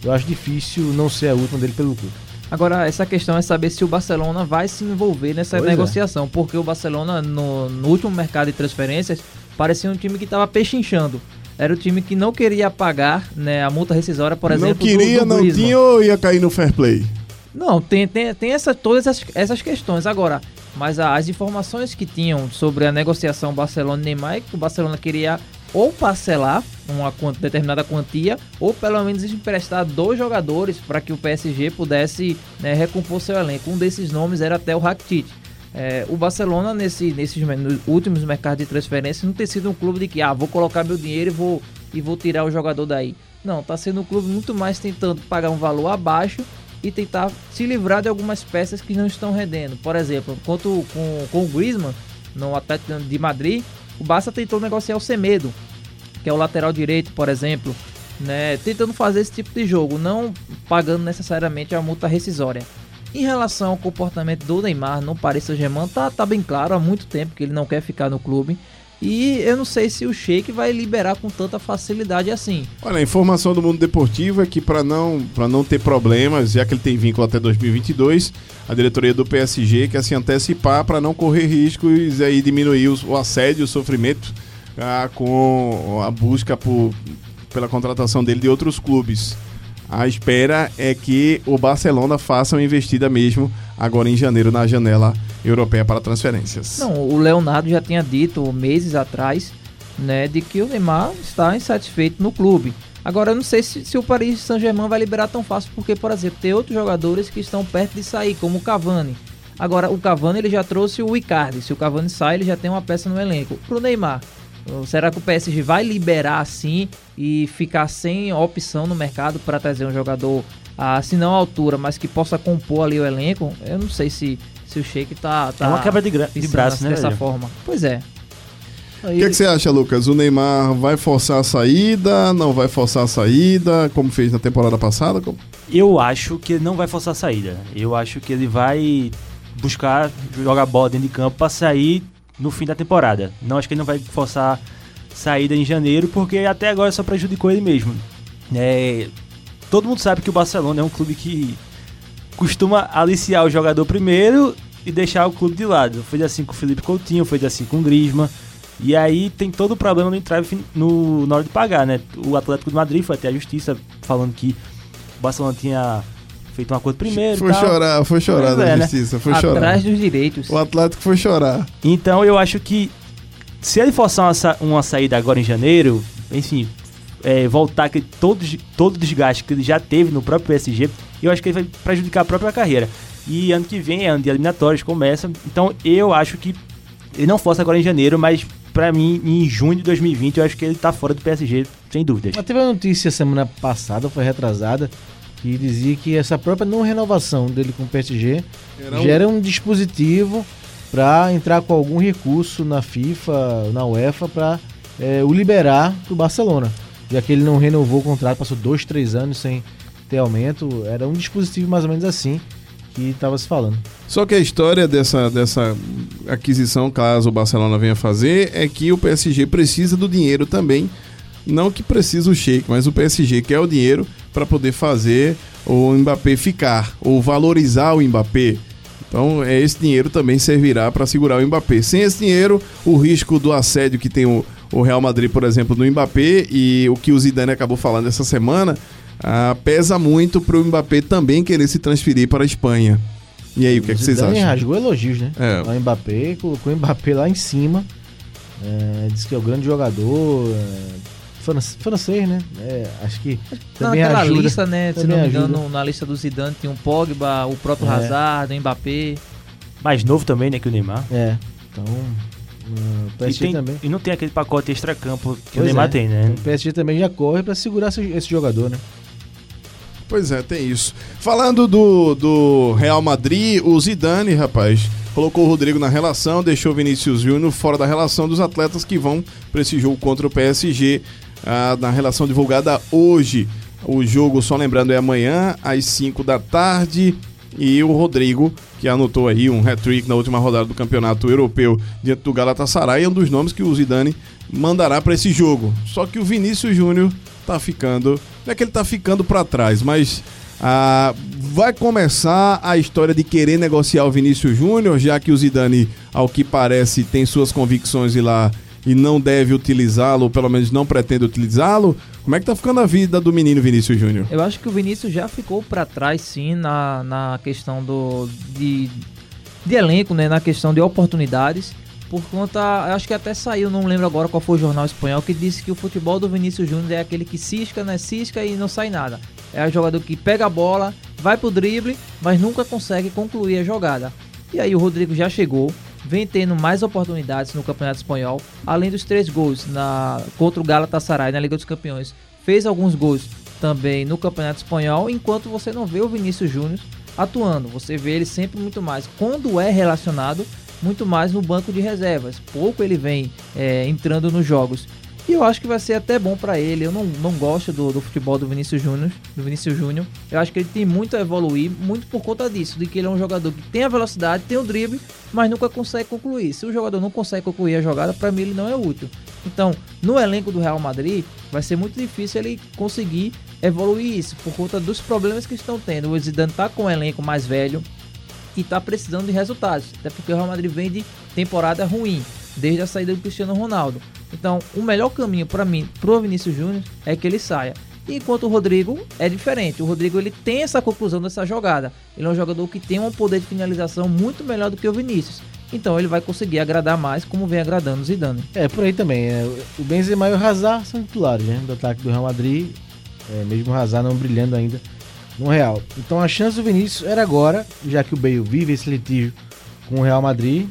eu acho difícil não ser a última dele pelo clube. Agora, essa questão é saber se o Barcelona vai se envolver nessa negociação, porque o Barcelona, no último mercado de transferências, parecia um time que estava pechinchando. Era o time que não queria pagar, né, a multa rescisória, por exemplo, não queria, do não Griezmann. tinha ou ia cair no fair play? Não, tem todas essas questões. Agora, mas as informações que tinham sobre a negociação Barcelona-Neymar é que o Barcelona queria ou parcelar uma determinada quantia, ou pelo menos emprestar 2 jogadores para que o PSG pudesse, né, recompor seu elenco. Um desses nomes era até o Rakitic. O Barcelona, nesses últimos mercados de transferência, não tem sido um clube de que vou colocar meu dinheiro e vou tirar o jogador daí. Não, está sendo um clube muito mais tentando pagar um valor abaixo e tentar se livrar de algumas peças que não estão rendendo. Por exemplo, enquanto com o Griezmann, no Atlético de Madrid, o Barça tentou negociar o Semedo, que é o lateral direito, por exemplo, né, tentando fazer esse tipo de jogo, não pagando necessariamente a multa rescisória. Em relação ao comportamento do Neymar no Paris Saint-Germain, tá bem claro há muito tempo que ele não quer ficar no clube. E eu não sei se o Sheik vai liberar com tanta facilidade assim. Olha, a informação do mundo deportivo é que para não ter problemas, já que ele tem vínculo até 2022, a diretoria do PSG quer se antecipar para não correr riscos e aí diminuir o assédio, o sofrimento com a busca pela contratação dele de outros clubes. A espera é que o Barcelona faça uma investida mesmo agora em janeiro na janela europeia para transferências. Não, o Leonardo já tinha dito meses atrás, né, de que o Neymar está insatisfeito no clube. Agora eu não sei se o Paris Saint-Germain vai liberar tão fácil, porque, por exemplo, tem outros jogadores que estão perto de sair, como o Cavani. Agora, o Cavani ele já trouxe o Icardi. Se o Cavani sai, ele já tem uma peça no elenco. Pro Neymar, será que o PSG vai liberar assim e ficar sem opção no mercado para trazer um jogador, se não à altura, mas que possa compor ali o elenco? Eu não sei se o Sheik tá é uma quebra de braço, né, dessa velho? forma. Pois é. O que você acha, Lucas? O Neymar vai forçar a saída? Não vai forçar a saída? Como fez na temporada passada? Eu acho que ele não vai forçar a saída. Eu acho que ele vai buscar jogar bola dentro de campo para sair no fim da temporada. Não, acho que ele não vai forçar saída em janeiro, porque até agora só prejudicou ele mesmo. Todo mundo sabe que o Barcelona é um clube que costuma aliciar o jogador primeiro e deixar o clube de lado. Foi assim com o Felipe Coutinho, foi assim com o Griezmann. E aí tem todo o problema no entrave na hora de pagar, né? O Atlético de Madrid foi até a justiça falando que o Barcelona tinha feito um acordo primeiro. Foi chorar na justiça, foi chorar. Atrás dos direitos. O Atlético foi chorar. Então eu acho que se ele forçar uma saída agora em janeiro, enfim, voltar todo o desgaste que ele já teve no próprio PSG, eu acho que ele vai prejudicar a própria carreira. E ano que vem é ano de eliminatórios, começa. Então eu acho que ele não força agora em janeiro, mas pra mim, em junho de 2020, eu acho que ele tá fora do PSG, sem dúvidas. Mas teve uma notícia semana passada, foi retrasada, que dizia que essa própria não renovação dele com o PSG gera um dispositivo para entrar com algum recurso na FIFA, na UEFA, para o liberar pro Barcelona. Já que ele não renovou o contrato, passou 2-3 anos sem ter aumento, era um dispositivo mais ou menos assim que estava se falando. Só que a história dessa aquisição, caso o Barcelona venha fazer, é que o PSG precisa do dinheiro também. Não que precisa o Sheik, mas o PSG quer o dinheiro para poder fazer o Mbappé ficar, ou valorizar o Mbappé. Então esse dinheiro também servirá para segurar o Mbappé. Sem esse dinheiro, o risco do assédio que tem o Real Madrid, por exemplo, no Mbappé, e o que o Zidane acabou falando essa semana, pesa muito para o Mbappé também querer se transferir para a Espanha. E aí, o que é que vocês acham? Rasgou elogios, né? O Mbappé, colocou o Mbappé lá em cima, disse que é o grande jogador, francês, né? Acho que também ajuda. Lista, né? Se não me engano, na lista do Zidane tem o Pogba, o próprio Hazard, o Mbappé. Mais novo também, né, que o Neymar. Então o PSG também. E não tem aquele pacote extracampo que o Neymar tem, né? O PSG também já corre para segurar esse jogador, né? Pois é, tem isso. Falando do Real Madrid, o Zidane, rapaz, colocou o Rodrigo na relação, deixou o Vinícius Júnior fora da relação dos atletas que vão para esse jogo contra o PSG, na relação divulgada hoje. O jogo, só lembrando, é amanhã, às 5 da tarde. E o Rodrigo, que anotou aí um hat-trick na última rodada do Campeonato Europeu diante do Galatasaray, é um dos nomes que o Zidane mandará para esse jogo. Só que o Vinícius Júnior tá ficando não é que ele tá ficando para trás, mas vai começar a história de querer negociar o Vinícius Júnior, já que o Zidane, ao que parece, tem suas convicções lá e não deve utilizá-lo, ou pelo menos não pretende utilizá-lo. Como é que tá ficando a vida do menino Vinícius Júnior? Eu acho que o Vinícius já ficou para trás, sim, na questão de elenco, né? Na questão de oportunidades. Por conta, eu acho que até saiu, não lembro agora qual foi o jornal espanhol, que disse que o futebol do Vinícius Júnior é aquele que cisca, né? Cisca e não sai nada. É o jogador que pega a bola, vai pro drible, mas nunca consegue concluir a jogada. E aí o Rodrigo já chegou, vem tendo mais oportunidades no Campeonato Espanhol, além dos 3 gols contra o Galatasaray na Liga dos Campeões. Fez alguns gols também no Campeonato Espanhol, enquanto você não vê o Vinícius Júnior atuando. Você vê ele sempre muito mais, quando é relacionado, muito mais no banco de reservas. Pouco ele vem entrando nos jogos. E eu acho que vai ser até bom para ele. Eu não gosto do futebol do Vinícius Júnior. Eu acho que ele tem muito a evoluir, muito por conta disso, de que ele é um jogador que tem a velocidade, tem o drible, mas nunca consegue concluir. Se o jogador não consegue concluir a jogada, para mim ele não é útil. Então, no elenco do Real Madrid, vai ser muito difícil ele conseguir evoluir isso, por conta dos problemas que estão tendo. O Zidane tá com um elenco mais velho e está precisando de resultados, até porque o Real Madrid vem de temporada ruim, desde a saída do Cristiano Ronaldo. Então, o melhor caminho para mim, pro Vinícius Júnior, é que ele saia. Enquanto o Rodrigo é diferente. O Rodrigo, ele tem essa conclusão dessa jogada. Ele é um jogador que tem um poder de finalização muito melhor do que o Vinícius. Então, ele vai conseguir agradar mais, como vem agradando o Zidane. Por aí também. O Benzema e o Hazard são titulares, né, do ataque do Real Madrid. Mesmo o Hazard não brilhando ainda no Real. Então, a chance do Vinícius era agora, já que o Bale vive esse litígio com o Real Madrid.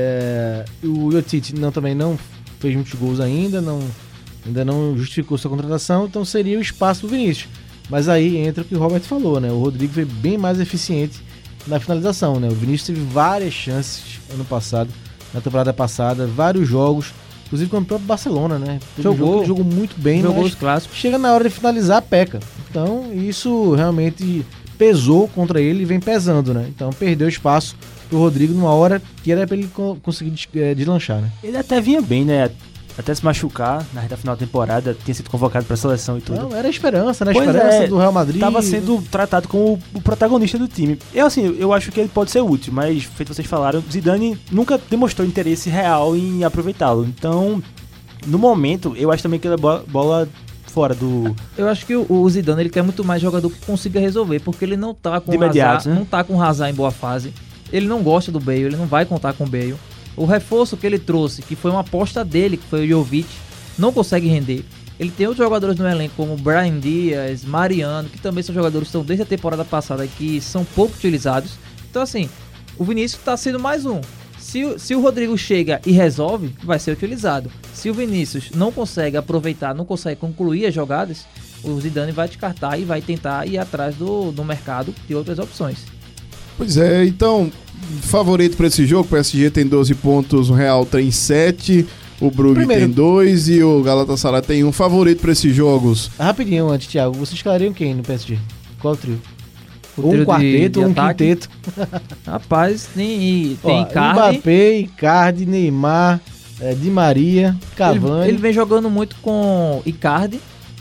O Jotic também não fez muitos gols ainda não justificou sua contratação, então seria o espaço do Vinícius. Mas aí entra o que o Robert falou, né? O Rodrigo foi bem mais eficiente na finalização, né? O Vinícius teve várias chances ano passado, na temporada passada, vários jogos, inclusive contra o próprio Barcelona, né? Jogou muito bem, jogou os clássicos. Chega na hora de finalizar, peca. Então isso realmente pesou contra ele e vem pesando, né? Então perdeu espaço pro Rodrigo numa hora que era pra ele conseguir deslanchar, né? Ele até vinha bem, né? Até se machucar na reta final da temporada, tinha sido convocado pra seleção e tudo. Não, era a esperança, né? A esperança do Real Madrid. Tava sendo tratado como o protagonista do time. Eu acho que ele pode ser útil, mas, feito vocês falaram, Zidane nunca demonstrou interesse real em aproveitá-lo. Então, no momento, eu acho também que ele é bola fora do... Eu acho que o Zidane, ele quer muito mais jogador que consiga resolver, porque ele não tá com o Hazard, né? Não tá com o Hazard em boa fase. Ele não gosta do Bale, ele não vai contar com o Bale. O reforço que ele trouxe, que foi uma aposta dele, que foi o Jovic, não consegue render. Ele tem outros jogadores no elenco, como Brahim Dias, Mariano, que também são jogadores que estão desde a temporada passada, que são pouco utilizados. Então, assim, o Vinícius está sendo mais um. Se o Rodrigo chega e resolve, vai ser utilizado. Se o Vinícius não consegue aproveitar, não consegue concluir as jogadas, o Zidane vai descartar e vai tentar ir atrás do mercado de outras opções. Pois é, então, favorito para esse jogo, o PSG tem 12 pontos, o Real tem 7, o Brugge tem 2 e o Galatasaray tem 1. Favorito para esses jogos? Rapidinho antes, Thiago, vocês escalariam quem no PSG? Qual o trio? Um quarteto ou um quinteto? Rapaz, tem Icardi. Mbappé, Icardi, Neymar, Di Maria, Cavani. Ele vem jogando muito com Icardi,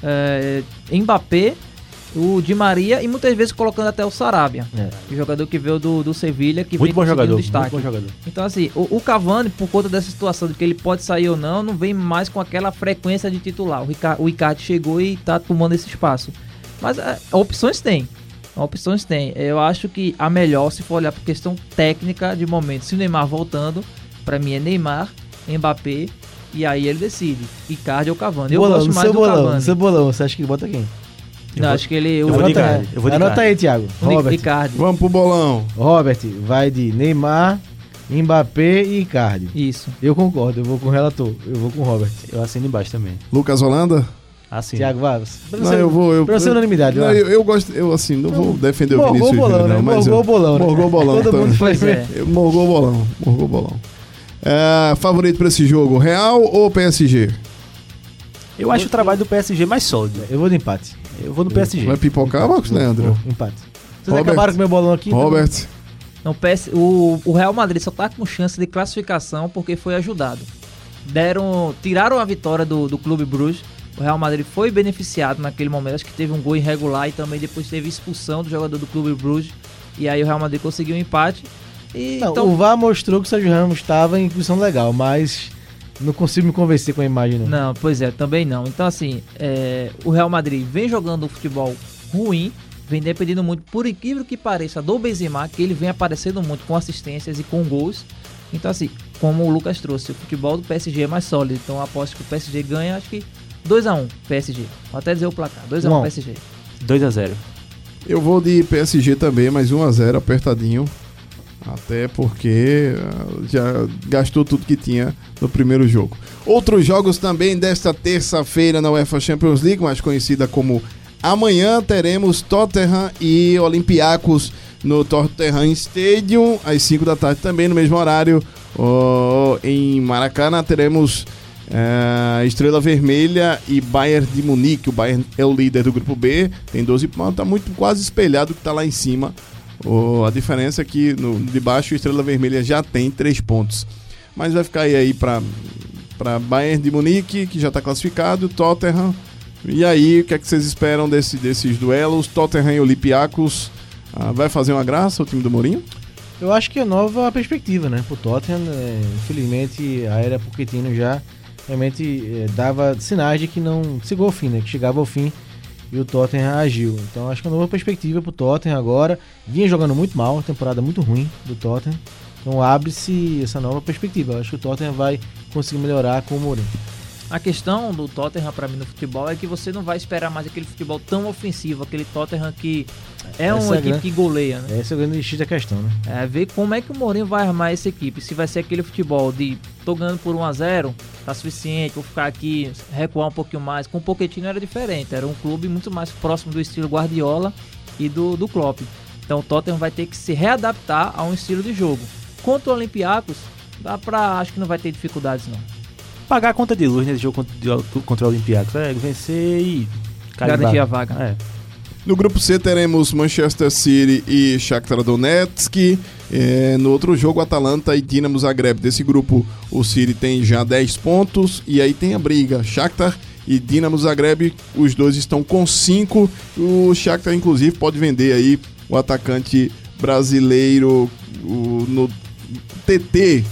Mbappé, o Di Maria e muitas vezes colocando até o Sarabia, o jogador que veio do Sevilha, que muito vem bom jogador, destaque. Muito bom jogador. Então assim, o Cavani, por conta dessa situação de que ele pode sair ou não vem mais com aquela frequência de titular. O Icardi chegou e tá tomando esse espaço. Mas opções tem. Eu acho que a melhor, se for olhar por questão técnica de momento, se o Neymar voltando, pra mim é Neymar, Mbappé, e aí ele decide, Icardi ou Cavani. Eu gosto mais do Cavani. No seu bolão, você acha que ele bota quem? Não, acho que ele... Eu vou de Icardi. Anota aí, Thiago. Robert. Icardi. Vamos pro bolão. Robert, vai de Neymar, Mbappé e Icardi. Isso. Eu concordo, eu vou com o relator, eu vou com o Robert. Eu assino embaixo também. Lucas Holanda? Assim. Thiago Vargas. Não, eu vou... Pra ser unanimidade, não, eu gosto... Eu, assim, não vou defender o Vinícius Júnior, não. Morgou o bolão, né? Morgou o bolão. Todo mundo foi. Morgou o bolão. Favorito pra esse jogo, Real ou PSG? Eu acho o trabalho do PSG mais sólido. Eu vou de empate. Eu vou no PSG. Vai pipocar, Marcos Leandro? Empate. Vocês acabaram com o meu bolão aqui? Robert. Não, o Real Madrid só tá com chance de classificação porque foi ajudado. Tiraram a vitória do Clube Bruges, O Real Madrid foi beneficiado naquele momento, acho que teve um gol irregular e também depois teve expulsão do jogador do Clube Bruges, e aí o Real Madrid conseguiu um empate. Então, o VAR mostrou que o Sérgio Ramos estava em posição legal, mas não consigo me convencer com a imagem, não. Não, pois é, também não. Então, assim, o Real Madrid vem jogando um futebol ruim, vem dependendo muito, por incrível que pareça, do Benzema, que ele vem aparecendo muito com assistências e com gols. Então, assim, como o Lucas trouxe, o futebol do PSG é mais sólido. Então, eu aposto que o PSG ganha, acho que 2-1 PSG. Vou até dizer o placar, 2-1 PSG. 2-0. Eu vou de PSG também, mas 1-0 apertadinho. Até porque já gastou tudo que tinha no primeiro jogo. Outros jogos também desta terça-feira na UEFA Champions League, mais conhecida como amanhã, teremos Tottenham e Olympiacos no Tottenham Stadium, às 5 da tarde também, no mesmo horário. Em Maracanã teremos Estrela Vermelha e Bayern de Munique. O Bayern é o líder do grupo B, tem 12 pontos, está muito quase espelhado que está lá em cima. A diferença é que de baixo a Estrela Vermelha já tem 3 pontos. Mas vai ficar aí para Bayern de Munique, que já está classificado, Tottenham. E aí, o que é que vocês esperam desses duelos? Tottenham e Olympiacos. Vai fazer uma graça o time do Mourinho? Eu acho que é nova perspectiva, né? Pro Tottenham, infelizmente, a era Pochettino já realmente dava sinais de que não chegou ao fim, né? Que chegava ao fim. E o Tottenham agiu. Então acho que é uma nova perspectiva pro Tottenham agora. Vinha jogando muito mal, uma temporada muito ruim do Tottenham. Então abre-se essa nova perspectiva. Eu acho que o Tottenham vai conseguir melhorar com o Mourinho. A questão do Tottenham para mim no futebol é que você não vai esperar mais aquele futebol tão ofensivo, aquele Tottenham que é uma equipe que goleia, né? Essa é o grande X da questão, né? Ver como é que o Mourinho vai armar essa equipe. Se vai ser aquele futebol de tô ganhando por 1-0, tá suficiente, vou ficar aqui, recuar um pouquinho mais. Com o Pochettino era diferente, era um clube muito mais próximo do estilo Guardiola e do Klopp. Então o Tottenham vai ter que se readaptar a um estilo de jogo. Contra o Olympiacos, acho que não vai ter dificuldades não. Pagar a conta de luz nesse jogo contra o Olympiacos, vencer e garantir a vaga. No grupo C teremos Manchester City e Shakhtar Donetsk. No outro jogo, Atalanta e Dinamo Zagreb. Desse grupo, o City tem já 10 pontos. E aí tem a briga, Shakhtar e Dinamo Zagreb. Os dois estão com 5. O Shakhtar, inclusive, pode vender aí o atacante brasileiro no TT,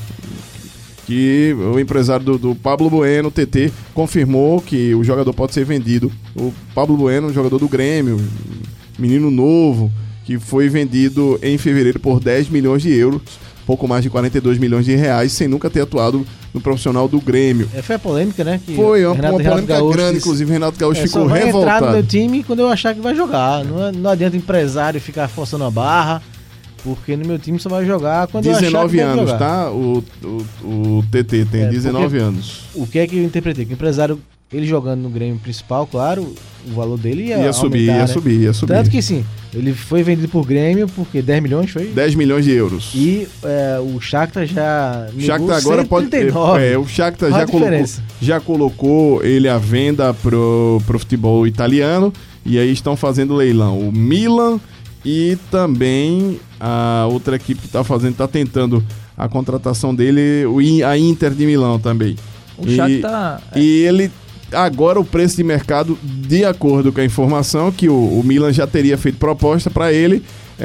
que o empresário do Pablo Bueno, o TT, confirmou que o jogador pode ser vendido. O Pablo Bueno, jogador do Grêmio, menino novo, que foi vendido em fevereiro por 10 milhões de euros, pouco mais de 42 milhões de reais, sem nunca ter atuado no profissional do Grêmio. Foi a polêmica, né? Que foi uma polêmica grande, inclusive Renato Gaúcho ficou revoltado. Só vai entrar no meu time quando eu achar que vai jogar. Não adianta o empresário ficar forçando a barra, porque no meu time só vai jogar quando eu achar que vai jogar. 19 anos, tá? O TT tem 19 anos. O que é que eu interpretei? Que o empresário, ele jogando no Grêmio principal, claro, o valor dele ia subir. Tanto que sim, ele foi vendido por Grêmio porque 10 milhões foi? 10 milhões de euros. E o Shakhtar já... O Shakhtar agora 139. O Shakhtar já colocou ele à venda pro futebol italiano, e aí estão fazendo leilão. O Milan e também a outra equipe que está tentando a contratação dele, a Inter de Milão também. O Shakhtar... E ele... Agora o preço de mercado, de acordo com a informação que o Milan já teria feito proposta para ele,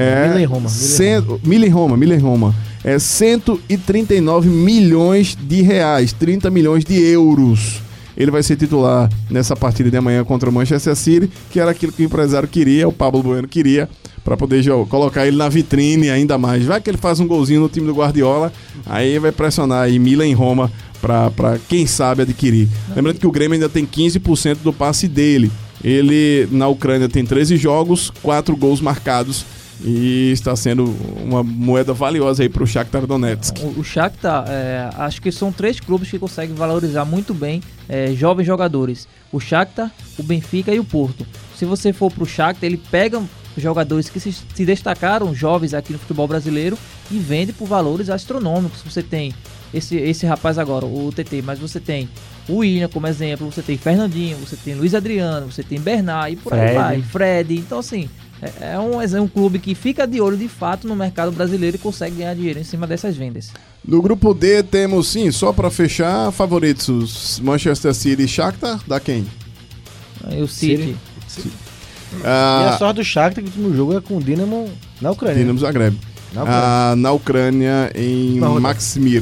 Milan Roma, é 139 milhões de reais, 30 milhões de euros. Ele vai ser titular nessa partida de amanhã contra o Manchester City, que era aquilo que o empresário queria, o Pablo Bueno queria, para poder colocar ele na vitrine ainda mais. Vai que ele faz um golzinho no time do Guardiola, aí vai pressionar aí Milan e Roma para quem sabe adquirir. Lembrando que o Grêmio ainda tem 15% do passe dele. Ele na Ucrânia tem 13 jogos, 4 gols marcados, e está sendo uma moeda valiosa aí para o Shakhtar Donetsk. O Shakhtar, acho que são 3 clubes que conseguem valorizar muito bem jovens jogadores. O Shakhtar, o Benfica e o Porto. Se você for para o Shakhtar, ele pega jogadores que se destacaram, jovens aqui no futebol brasileiro, e vende por valores astronômicos. Você tem esse rapaz agora, o TT, mas você tem o William como exemplo, você tem Fernandinho, você tem Luiz Adriano, você tem Bernard e por aí vai, Fred. Então assim, é um clube que fica de olho de fato no mercado brasileiro e consegue ganhar dinheiro em cima dessas vendas. No grupo D temos, sim, só para fechar, favoritos Manchester City e Shakhtar, da quem? E o City. E a sorte do Shakhtar que o último jogo é com o Dinamo na Ucrânia. Dinamo Zagreb. Na Ucrânia, em Maksimir.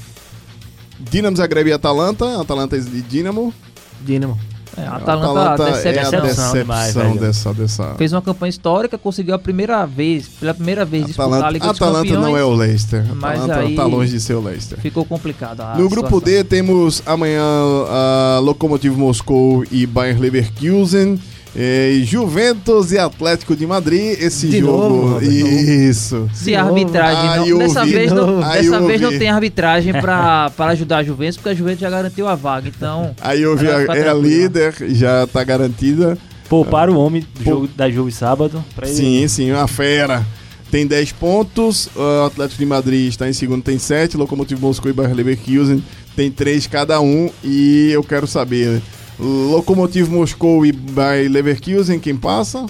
Dinamo Zagreb e Atalanta. Atalanta e Dinamo. A Atalanta decepção demais, dessa. Fez uma campanha histórica, conseguiu pela primeira vez disputar a Liga dos Campeões. Atalanta não é o Leicester. Mas Atalanta aí tá longe de ser o Leicester. Ficou complicado. No grupo D temos amanhã a Lokomotiv Moscou e Bayer Leverkusen. Juventus e Atlético de Madrid, esse de jogo. Novo, isso. Se a arbitragem não. Dessa vez não tem arbitragem pra ajudar a Juventus, porque a Juventus já garantiu a vaga. Então. Aí eu vi a líder, já tá garantida. Pouparam o homem da jogo de sábado. Sim, uma fera. Tem 10 pontos. O Atlético de Madrid está em segundo, tem 7. Lokomotiv Moscou e Bayer Leverkusen tem 3 cada um. E eu quero saber. Lokomotiv Moscou e Bayer Leverkusen, quem passa?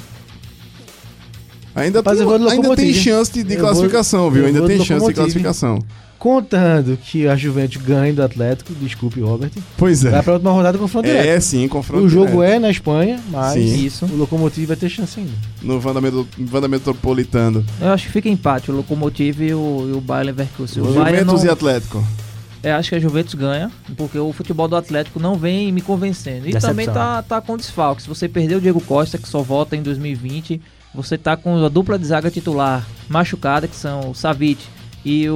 Ainda tem chance de classificação, viu? Ainda tem chance de classificação. Contando que a Juventus ganhe do Atlético, desculpe, Robert. Pois é. Vai pra última rodada com confronto direto. Sim, confronto direto. O jogo é na Espanha, mas isso. O Lokomotiv vai ter chance ainda. No Wanda Metropolitano. Eu acho que fica empate, o Lokomotiv e o Bayer Leverkusen. Juventus e Atlético. Acho que a Juventus ganha, porque o futebol do Atlético não vem me convencendo. E também tá com desfalque. Se você perder o Diego Costa, que só volta em 2020, você tá com a dupla de zaga titular machucada, que são o Savic e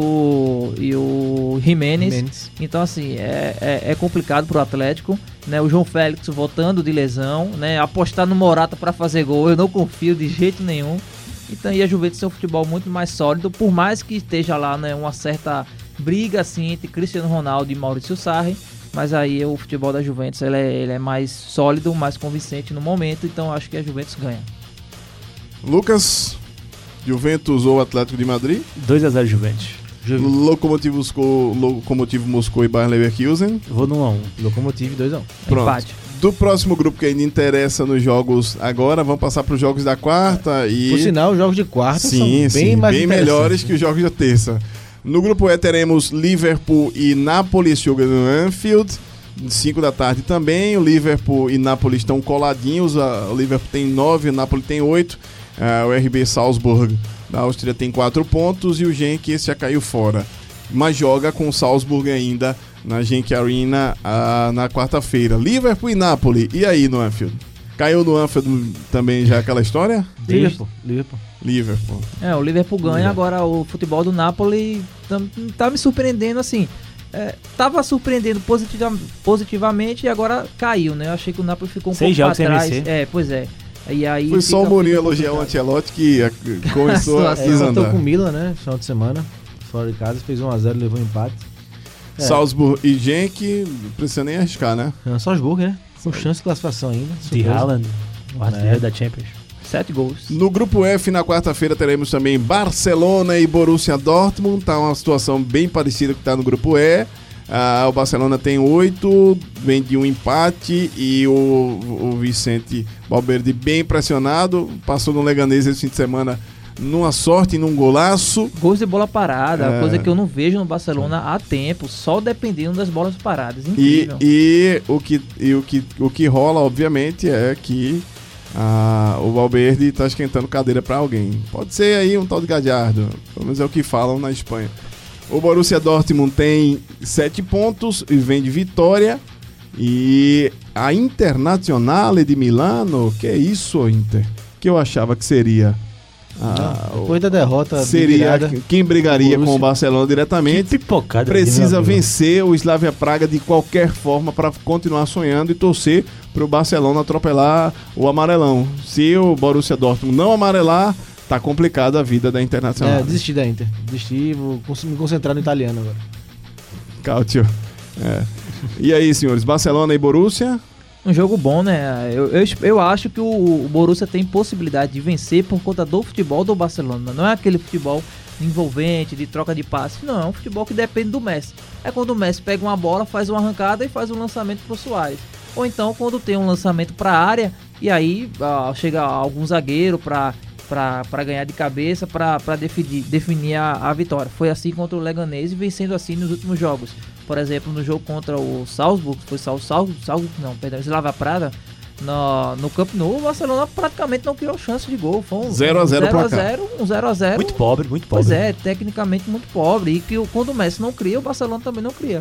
o Jimenez. Então, assim, é complicado pro Atlético, né? O João Félix voltando de lesão, né? Apostar no Morata para fazer gol, eu não confio de jeito nenhum. Então, e a Juventus tem um futebol muito mais sólido, por mais que esteja lá, né, uma certa briga assim entre Cristiano Ronaldo e Maurício Sarri, mas aí o futebol da Juventus ele é mais sólido, mais convincente no momento, então acho que a Juventus ganha. Lucas, Juventus ou Atlético de Madrid? 2-0 Juventus. Lokomotiv Moscou e Bayer Leverkusen. Vou no 1-1. Lokomotiv 2-1. Pronto. Empate. Do próximo grupo que ainda interessa nos jogos agora, vamos passar para os jogos da quarta e... Por sinal, os jogos de quarta são bem melhores que os jogos de terça. No grupo E teremos Liverpool e Napoli jogando no Anfield, 5 da tarde também. O Liverpool e Napoli estão coladinhos, o Liverpool tem 9, o Napoli tem 8. O RB Salzburg da Áustria tem 4 pontos e o Genk esse já caiu fora. Mas joga com o Salzburg ainda na Genk Arena na quarta-feira. Liverpool e Napoli, e aí no Anfield? Caiu no Anfield também já aquela história? Liverpool. O Liverpool ganha, agora o futebol do Napoli tá me surpreendendo assim. Tava surpreendendo positivamente e agora caiu, né? Eu achei que o Napoli ficou um pouco pra trás. Pois é. E aí foi só o Mourinho elogiar o Ancelotti que começou a desandar. Ele com o Milan, né? Final de semana, fora de casa, fez 1-0, levou um empate. Salzburg e Genk, não precisa nem arriscar, né? Salzburg, né? Com chance de classificação ainda. De Haaland, o artilheiro da Champions. 7 gols. No grupo F, na quarta-feira, teremos também Barcelona e Borussia Dortmund. Tá uma situação bem parecida com que tá no grupo E. O Barcelona tem 8, vem de um empate e o Vicente Valverde bem pressionado. Passou no Leganés esse fim de semana numa sorte e num golaço. Gols de bola parada, coisa que eu não vejo no Barcelona há tempo, só dependendo das bolas paradas. Incrível. E o que rola, obviamente, é que o Valverde está esquentando cadeira para alguém. Pode ser aí um tal de Gallardo, pelo menos é o que falam na Espanha. O Borussia Dortmund tem 7 pontos e vem de vitória. E a Internazionale de Milano, que é isso, Inter? Que eu achava que seria... depois da derrota seria quem brigaria com o Barcelona diretamente. Que pipocada. Precisa vencer o Slavia Praga de qualquer forma para continuar sonhando e torcer para o Barcelona atropelar o amarelão. Se o Borussia Dortmund não amarelar, tá complicada a vida da Internacional. Desisti da Inter. Desisti, vou me concentrar no italiano agora. Cautio. E aí, senhores, Barcelona e Borussia? Um jogo bom, né? Eu acho que o Borussia tem possibilidade de vencer por conta do futebol do Barcelona. Não é aquele futebol envolvente, de troca de passe. Não, é um futebol que depende do Messi. É quando o Messi pega uma bola, faz uma arrancada e faz um lançamento pro Suárez. Ou então quando tem um lançamento para a área e aí chega algum zagueiro para ganhar de cabeça, para definir a vitória. Foi assim contra o Leganés e vem sendo assim nos últimos jogos. Por exemplo, no jogo contra o Salzburg, Slavia Praga, no Camp Nou, o Barcelona praticamente não criou chance de gol. Foi um 0x0 placar. Um 0x0. Muito pobre, muito pobre. Pois é, tecnicamente muito pobre. E que quando o Messi não cria, o Barcelona também não cria.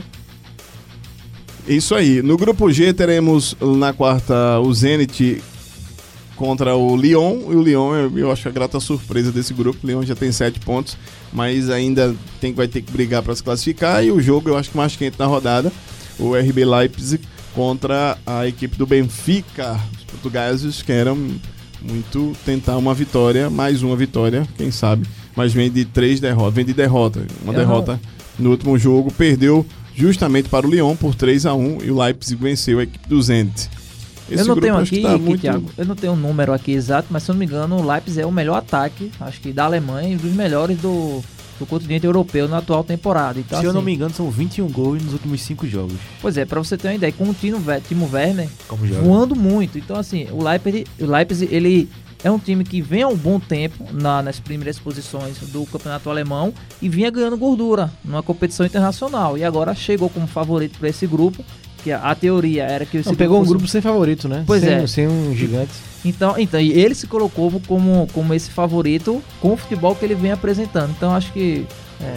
Isso aí. No grupo G teremos na quarta o Zenit contra o Lyon. E o Lyon, eu acho a grata surpresa desse grupo. O Lyon já tem 7 pontos, mas ainda vai ter que brigar para se classificar. E o jogo, eu acho que mais quente na rodada, o RB Leipzig contra a equipe do Benfica. Os portugueses querem muito tentar uma vitória, mais uma vitória, quem sabe. Mas vem de 3 derrotas, vem de derrota. Uma derrota no último jogo, perdeu justamente para o Lyon por 3-1 e o Leipzig venceu a equipe do Zenit. Eu não tenho aqui, Thiago, eu não tenho um número aqui exato, mas se eu não me engano, o Leipzig é o melhor ataque, acho que da Alemanha, e dos melhores do continente europeu na atual temporada. Então, se eu não me engano, são 21 gols nos últimos 5 jogos. Pois é, pra você ter uma ideia, com o Timo Werner voando muito. Então, assim, o Leipzig, ele é um time que vem há um bom tempo nas primeiras posições do campeonato alemão e vinha ganhando gordura numa competição internacional. E agora chegou como favorito para esse grupo, que a teoria era que... Pegou um grupo sem favorito, né? Pois sem um gigante. Então, e ele se colocou como esse favorito com o futebol que ele vem apresentando. Então, acho que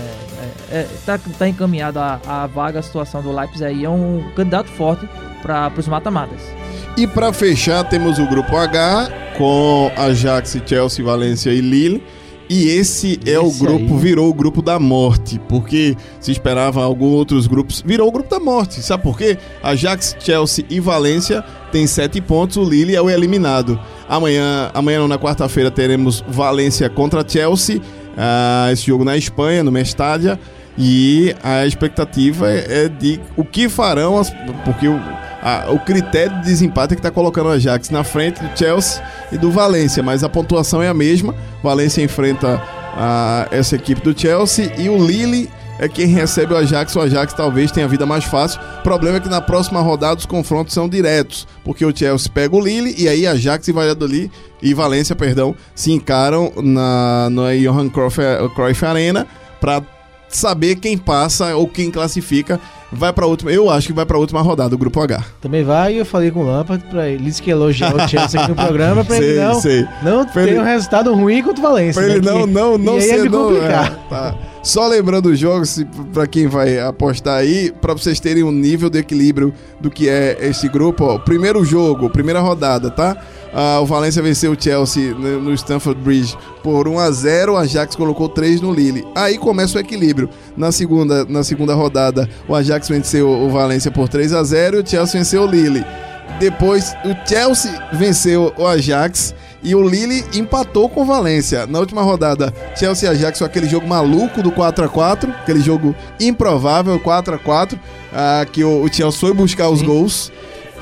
tá encaminhado a vaga, a situação do Leipzig aí. É um candidato forte para os mata-matas. E para fechar, temos o grupo H com Ajax, Chelsea, Valência e Lille. E esse grupo, virou o grupo da morte, porque se esperava alguns outros grupos, virou o grupo da morte. Sabe por quê? Ajax, Chelsea e Valência tem 7 pontos, o Lille é o eliminado. Amanhã não, na quarta-feira, teremos Valência contra Chelsea, esse jogo na Espanha, no Mestalla, e a expectativa é de o que farão, porque o critério de desempate é que está colocando o Ajax na frente do Chelsea e do Valência, mas a pontuação é a mesma. Valência enfrenta essa equipe do Chelsea e o Lille é quem recebe o Ajax. O Ajax talvez tenha a vida mais fácil. O problema é que na próxima rodada os confrontos são diretos, porque o Chelsea pega o Lille e aí Ajax e Valência se encaram na Johan Cruyff Arena para saber quem passa ou quem classifica. Vai pra última, eu acho que vai pra última rodada do grupo H. Também vai, e eu falei com o Lampard pra ele disse que elogiar o Chelsea aqui no programa pra ele não ter um resultado ruim contra o Valência. Pra ele não ser complicar. Tá. Só lembrando os jogos, pra quem vai apostar aí, pra vocês terem um nível de equilíbrio do que é esse grupo, ó. Primeiro jogo, primeira rodada, tá? O Valência venceu o Chelsea no Stamford Bridge por 1-0, o Ajax colocou 3 no Lille. Aí começa o equilíbrio. Na segunda rodada, o Ajax venceu o Valência por 3-0 e o Chelsea venceu o Lille. Depois, o Chelsea venceu o Ajax e o Lille empatou com o Valência. Na última rodada, Chelsea e Ajax foi aquele jogo maluco do 4-4, aquele jogo improvável, 4-4, que o Chelsea foi buscar os gols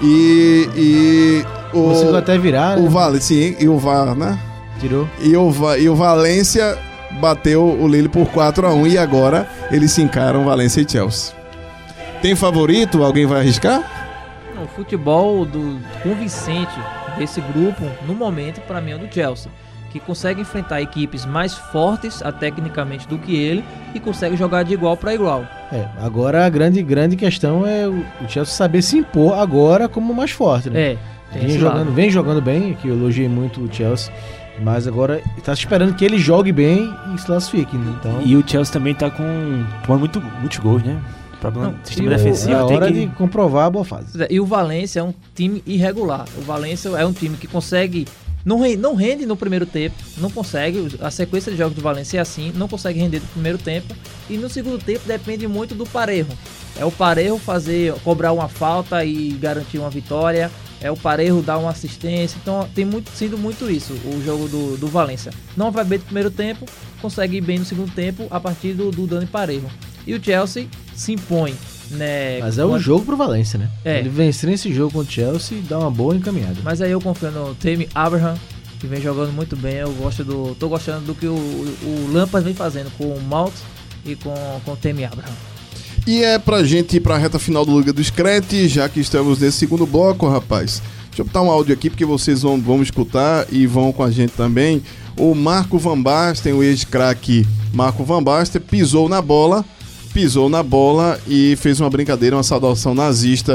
e conseguiu até virar, né? O Vale, sim, e o VAR, né? Tirou. E o Valência bateu o Lille por 4-1 e agora eles se encaram, Valência e Chelsea. Tem favorito? Alguém vai arriscar? O futebol convincente desse grupo, no momento, para mim é o do Chelsea, que consegue enfrentar equipes mais fortes tecnicamente do que ele e consegue jogar de igual para igual. Agora a grande questão é o Chelsea saber se impor agora como mais forte, né? Vem jogando bem, que eu elogiei muito o Chelsea, mas agora está esperando que ele jogue bem e se classifique, né? Então... E o Chelsea também está tomando muitos gols, né? Problema do sistema defensivo. É hora de comprovar a boa fase. E o Valência é um time irregular. O Valência é um time que consegue... Não rende no primeiro tempo, não consegue. A sequência de jogos do Valência é assim, não consegue render no primeiro tempo. E no segundo tempo depende muito do Parejo. É o Parejo cobrar uma falta e garantir uma vitória. É o Parejo dar uma assistência. Então tem sido muito isso o jogo do Valência. Não vai bem no primeiro tempo, consegue ir bem no segundo tempo a partir do Dani Parejo. E o Chelsea se impõe, né? Mas é um jogo pro Valência, né? Ele vencer esse jogo contra o Chelsea dá uma boa encaminhada. Mas aí eu confio no Tammy Abraham, que vem jogando muito bem. Tô gostando do que o Lampard vem fazendo com o Mount e com o Tammy Abraham. E é pra gente ir pra reta final do Liga do Screte, já que estamos nesse segundo bloco, rapaz. Deixa eu botar um áudio aqui, porque vocês vão escutar e vão com a gente também. O Marco Van Basten, o ex-craque Marco Van Basten, pisou na bola e fez uma brincadeira, uma saudação nazista,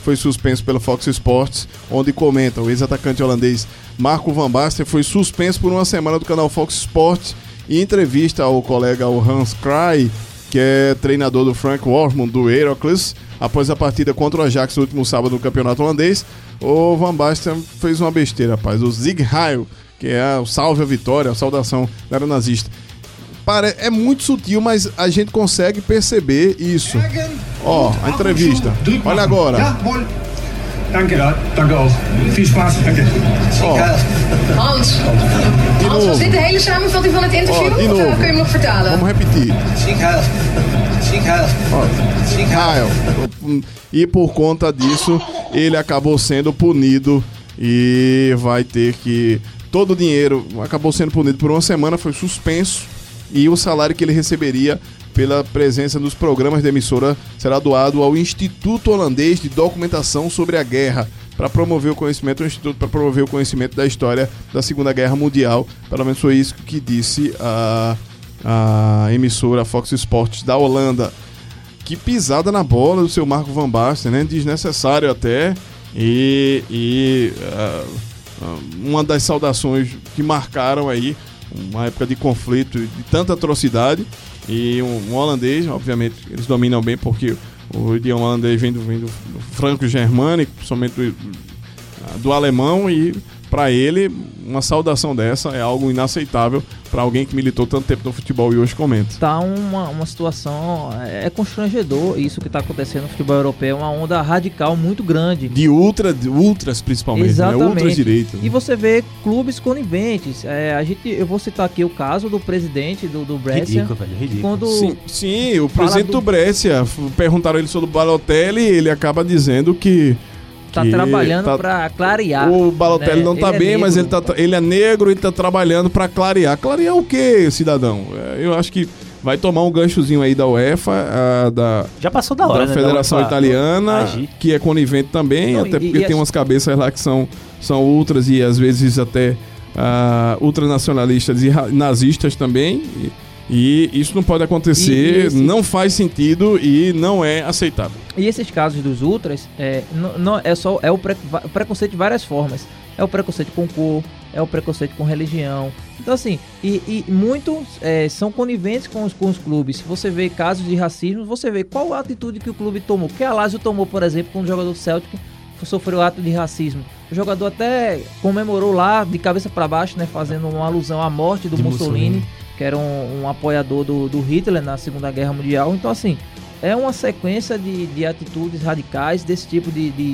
foi suspenso pela Fox Sports, onde comenta o ex-atacante holandês Marco van Basten foi suspenso por uma semana do canal Fox Sports. Em entrevista ao colega o Hans Kraaij, que é treinador do Frank Wormoed do Heracles, após a partida contra o Ajax no último sábado no campeonato holandês, o Van Basten fez uma besteira, rapaz. O Sieg Heil, que é o salve a vitória, a saudação da era nazista. É muito sutil, mas a gente consegue perceber isso. Ó, a entrevista. Olha agora. Danke auch. Viel Spaß, danke. Hans, was dit de hele samenvatting van het interview? De novo. Of kun je hem nog vertalen? Vamos repetir. Sieg Heil. E por conta disso, ele acabou sendo punido e vai ter que... Todo o dinheiro acabou sendo punido por uma semana, foi suspenso, e o salário que ele receberia pela presença nos programas da emissora será doado ao Instituto Holandês de Documentação sobre a Guerra, para promover o conhecimento, o Instituto para promover o conhecimento da história da Segunda Guerra Mundial. Pelo menos foi isso que disse a emissora Fox Sports da Holanda. Que pisada na bola do seu Marco van Basten, né? Desnecessário até, e uma das saudações que marcaram aí uma época de conflito, de tanta atrocidade. E um holandês, obviamente, eles dominam bem porque o idioma holandês vem do franco-germânico, principalmente do alemão, e para ele, uma saudação dessa é algo inaceitável para alguém que militou tanto tempo no futebol e hoje comenta. Tá uma situação, é constrangedor isso que tá acontecendo no futebol europeu, uma onda radical muito grande. De ultras principalmente, exatamente, né? Ultradireita. E você vê clubes coniventes. Eu vou citar aqui o caso do presidente do Brescia. Ridículo, velho, ridículo. Quando sim, o presidente do Brescia, perguntaram ele sobre o Balotelli, ele acaba dizendo que tá trabalhando para clarear. O Balotelli, né? Não tá bem, mas ele é negro e tá trabalhando para clarear. Clarear o quê, cidadão? Eu acho que vai tomar um ganchozinho aí da UEFA, já passou da hora, da Federação Italiana, que é conivente também, não, até porque tem umas cabeças lá que são ultras e às vezes até ultranacionalistas e nazistas também. E isso não pode acontecer, não faz sentido e não é aceitável. E esses casos dos ultras é o preconceito de várias formas. É o preconceito com cor, é o preconceito com religião. Então assim, e muitos são coniventes com os clubes. Se você vê casos de racismo, você vê qual a atitude que o clube tomou. Que a Lazio tomou, por exemplo, quando o jogador do Celtic sofreu ato de racismo. O jogador até comemorou lá de cabeça para baixo, né, fazendo uma alusão à morte do Mussolini, que era um apoiador do Hitler na Segunda Guerra Mundial. Então assim, é uma sequência de atitudes radicais, desse tipo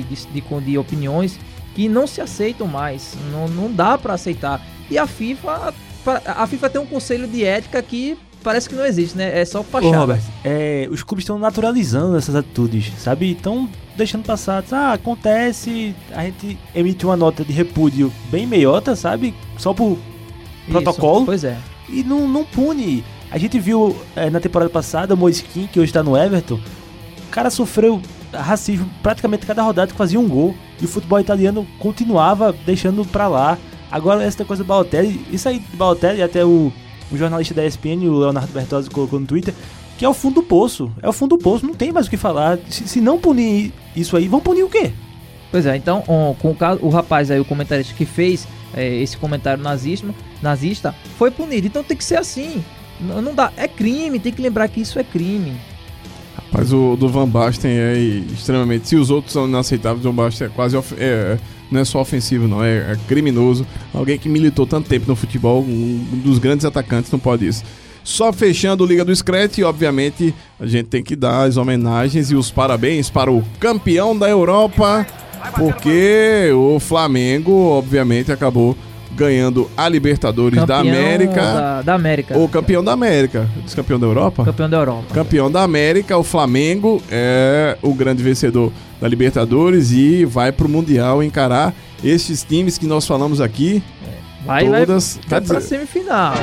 de opiniões que não se aceitam mais, não dá para aceitar. E a FIFA tem um conselho de ética que parece que não existe, né? É só fachada. Ô, Robert, os clubes estão naturalizando essas atitudes, sabe? Estão deixando passar, acontece, a gente emite uma nota de repúdio bem meiota, sabe? Só por protocolo. Pois é. E não pune. A gente viu na temporada passada o Moiskin, que hoje tá no Everton, o cara sofreu racismo praticamente cada rodada que fazia um gol, e o futebol italiano continuava deixando pra lá. Agora essa coisa do Balotelli, isso aí do Balotelli, até o jornalista da ESPN, o Leonardo Bertozzi, colocou no Twitter, que é o fundo do poço. É o fundo do poço, não tem mais o que falar. Se não punir isso aí, vão punir o quê? Pois é, então com o rapaz aí, o comentarista que fez esse comentário nazista, foi punido. Então tem que ser assim. Não dá. É crime, tem que lembrar que isso é crime. Rapaz, o do Van Basten é extremamente... Se os outros são inaceitáveis, o Van Basten é quase... não é só ofensivo, não. É criminoso. Alguém que militou tanto tempo no futebol, um dos grandes atacantes, não pode isso. Só fechando o Liga do Scratch, obviamente, a gente tem que dar as homenagens e os parabéns para o campeão da Europa, porque o Flamengo, obviamente, acabou ganhando a Libertadores da América. Da América. O campeão da América. Diz campeão da Europa? Campeão da Europa. Campeão da América, o Flamengo é o grande vencedor da Libertadores e vai pro Mundial encarar esses times que nós falamos aqui. Vai pra semifinal.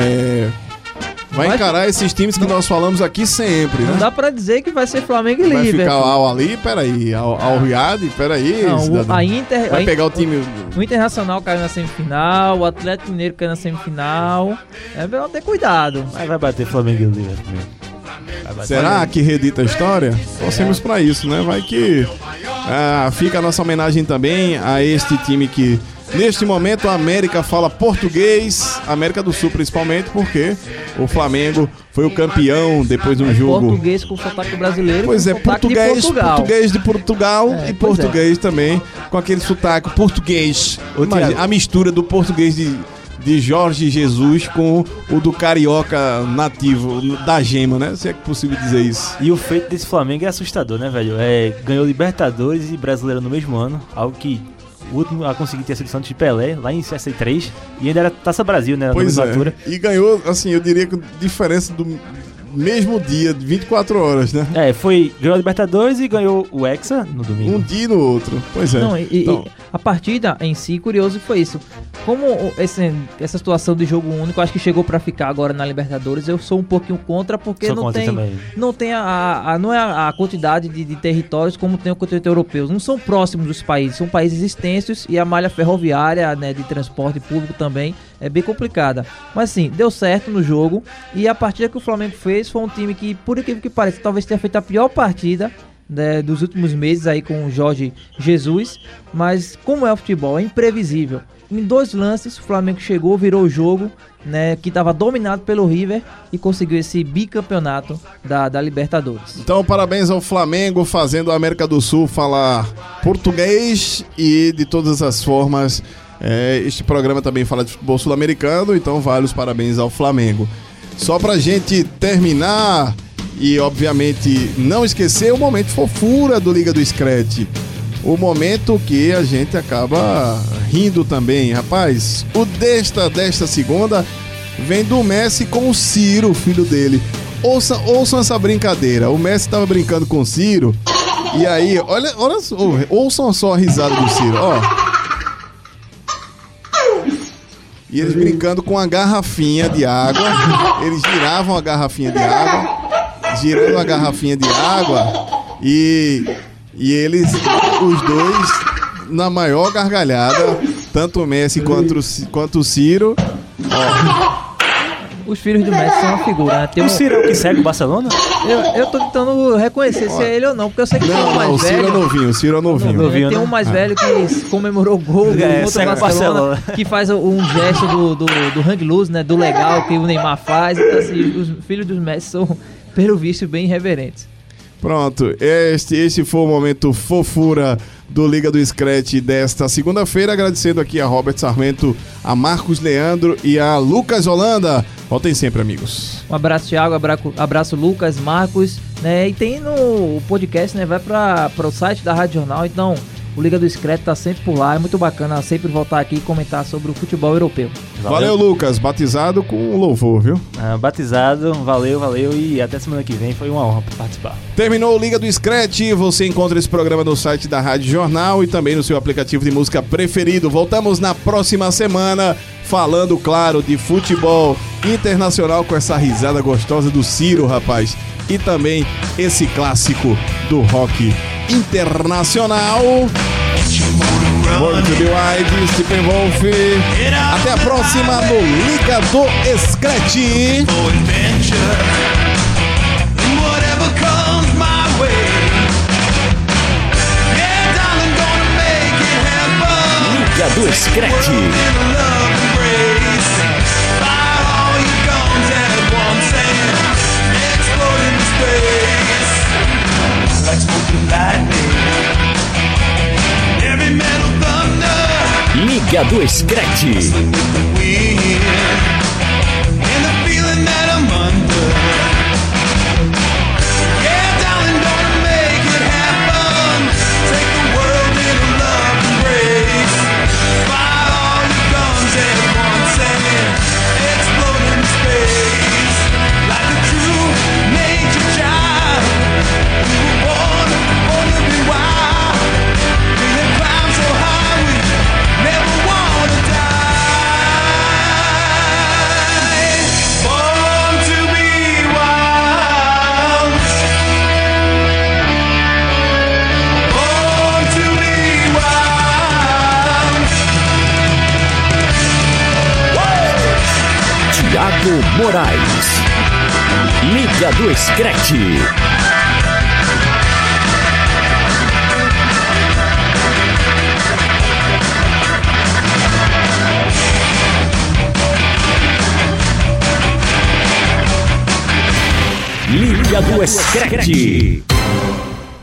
Vai encarar esses times que nós falamos aqui sempre, né? Não dá pra dizer que vai ser Flamengo e Liverpool. Vai ficar ali, peraí. Al Riad, peraí. Não, a Inter... Vai pegar o time... O Internacional caiu na semifinal, o Atlético Mineiro caiu na semifinal. É melhor ter cuidado. Mas vai bater Flamengo e Liverpool mesmo. Será que redita a história? Torcemos pra isso, né? Vai que Fica a nossa homenagem também a este time que, neste momento, a América fala português, América do Sul principalmente, porque o Flamengo foi o campeão depois de um jogo. Português com sotaque brasileiro. Pois é, português de Portugal e português também, com aquele sotaque português. Imagina, a mistura do português de Jorge Jesus com o do carioca nativo, da gema, né? Se é possível dizer isso. E o feito desse Flamengo é assustador, né, velho? Ganhou Libertadores e Brasileiro no mesmo ano, algo que o último a conseguir ter a seleção de Pelé, lá em 63, e ainda era Taça Brasil, né? Pois é, e ganhou, assim, eu diria que diferença do mesmo dia, de 24 horas, né? Ganhou a Libertadores e ganhou o Hexa no domingo. Um dia e no outro, pois é. Não, e a partida em si, curioso foi isso. Como essa situação de jogo único, acho que chegou pra ficar agora na Libertadores, eu sou um pouquinho contra, porque não é a quantidade de territórios como tem o continente europeu. Não são próximos dos países, são países extensos e a malha ferroviária, né, de transporte público também é bem complicada. Mas sim, deu certo no jogo e a partida que o Flamengo fez foi um time que, por incrível que pareça, talvez tenha feito a pior partida, né, dos últimos meses aí com o Jorge Jesus, mas como é o futebol, é imprevisível. Em 2 lances o Flamengo chegou, virou o jogo, né, que estava dominado pelo River e conseguiu esse bicampeonato da Libertadores. Então parabéns ao Flamengo, fazendo a América do Sul falar português e de todas as formas. Este programa também fala de futebol sul-americano, então vale os parabéns ao Flamengo. Só pra gente terminar e obviamente não esquecer o momento fofura do Liga do Scratch. O momento que a gente acaba rindo também, rapaz. O desta segunda vem do Messi com o Ciro, filho dele. Ouçam essa brincadeira. O Messi tava brincando com o Ciro e aí, olha ouçam só a risada do Ciro, ó. E eles brincando com a garrafinha de água. Eles giravam a garrafinha de água, girando a garrafinha de água, e eles, os dois, na maior gargalhada, tanto o Messi quanto o Ciro. Ó. Os filhos do Messi são uma figura, né? O Ciro é o que segue o Barcelona? Eu tô tentando reconhecer se é ele ou não, porque eu sei que tem um mais velho. O Ciro é novinho. Tem um mais velho que comemorou o gol contra o Barcelona, que faz um gesto do hang loose, né? Do legal que o Neymar faz. Então, assim, os filhos dos Messi são, pelo visto, bem irreverentes. Pronto, este foi o momento fofura do Liga do Scratch desta segunda-feira, agradecendo aqui a Robert Sarmento, a Marcos Leandro e a Lucas Holanda. Voltem sempre, amigos. Um abraço, Thiago, abraço Lucas, Marcos, né? E tem no podcast, né? Vai para o site da Rádio Jornal, então o Liga do Scratch tá sempre por lá, é muito bacana sempre voltar aqui e comentar sobre o futebol europeu. Valeu, Lucas, batizado com louvor, viu? Batizado, valeu e até semana que vem, foi uma honra participar. Terminou o Liga do Scratch, você encontra esse programa no site da Rádio Jornal e também no seu aplicativo de música preferido. Voltamos na próxima semana, falando, claro, de futebol internacional com essa risada gostosa do Ciro, rapaz. E também esse clássico do rock internacional. Born to be Wild, Stephen Wolf. Até a próxima no Liga do Scratch. Liga do Scratch. Liga do Scratch. Tiago Moraes. Liga do Scratch. Liga do Screte.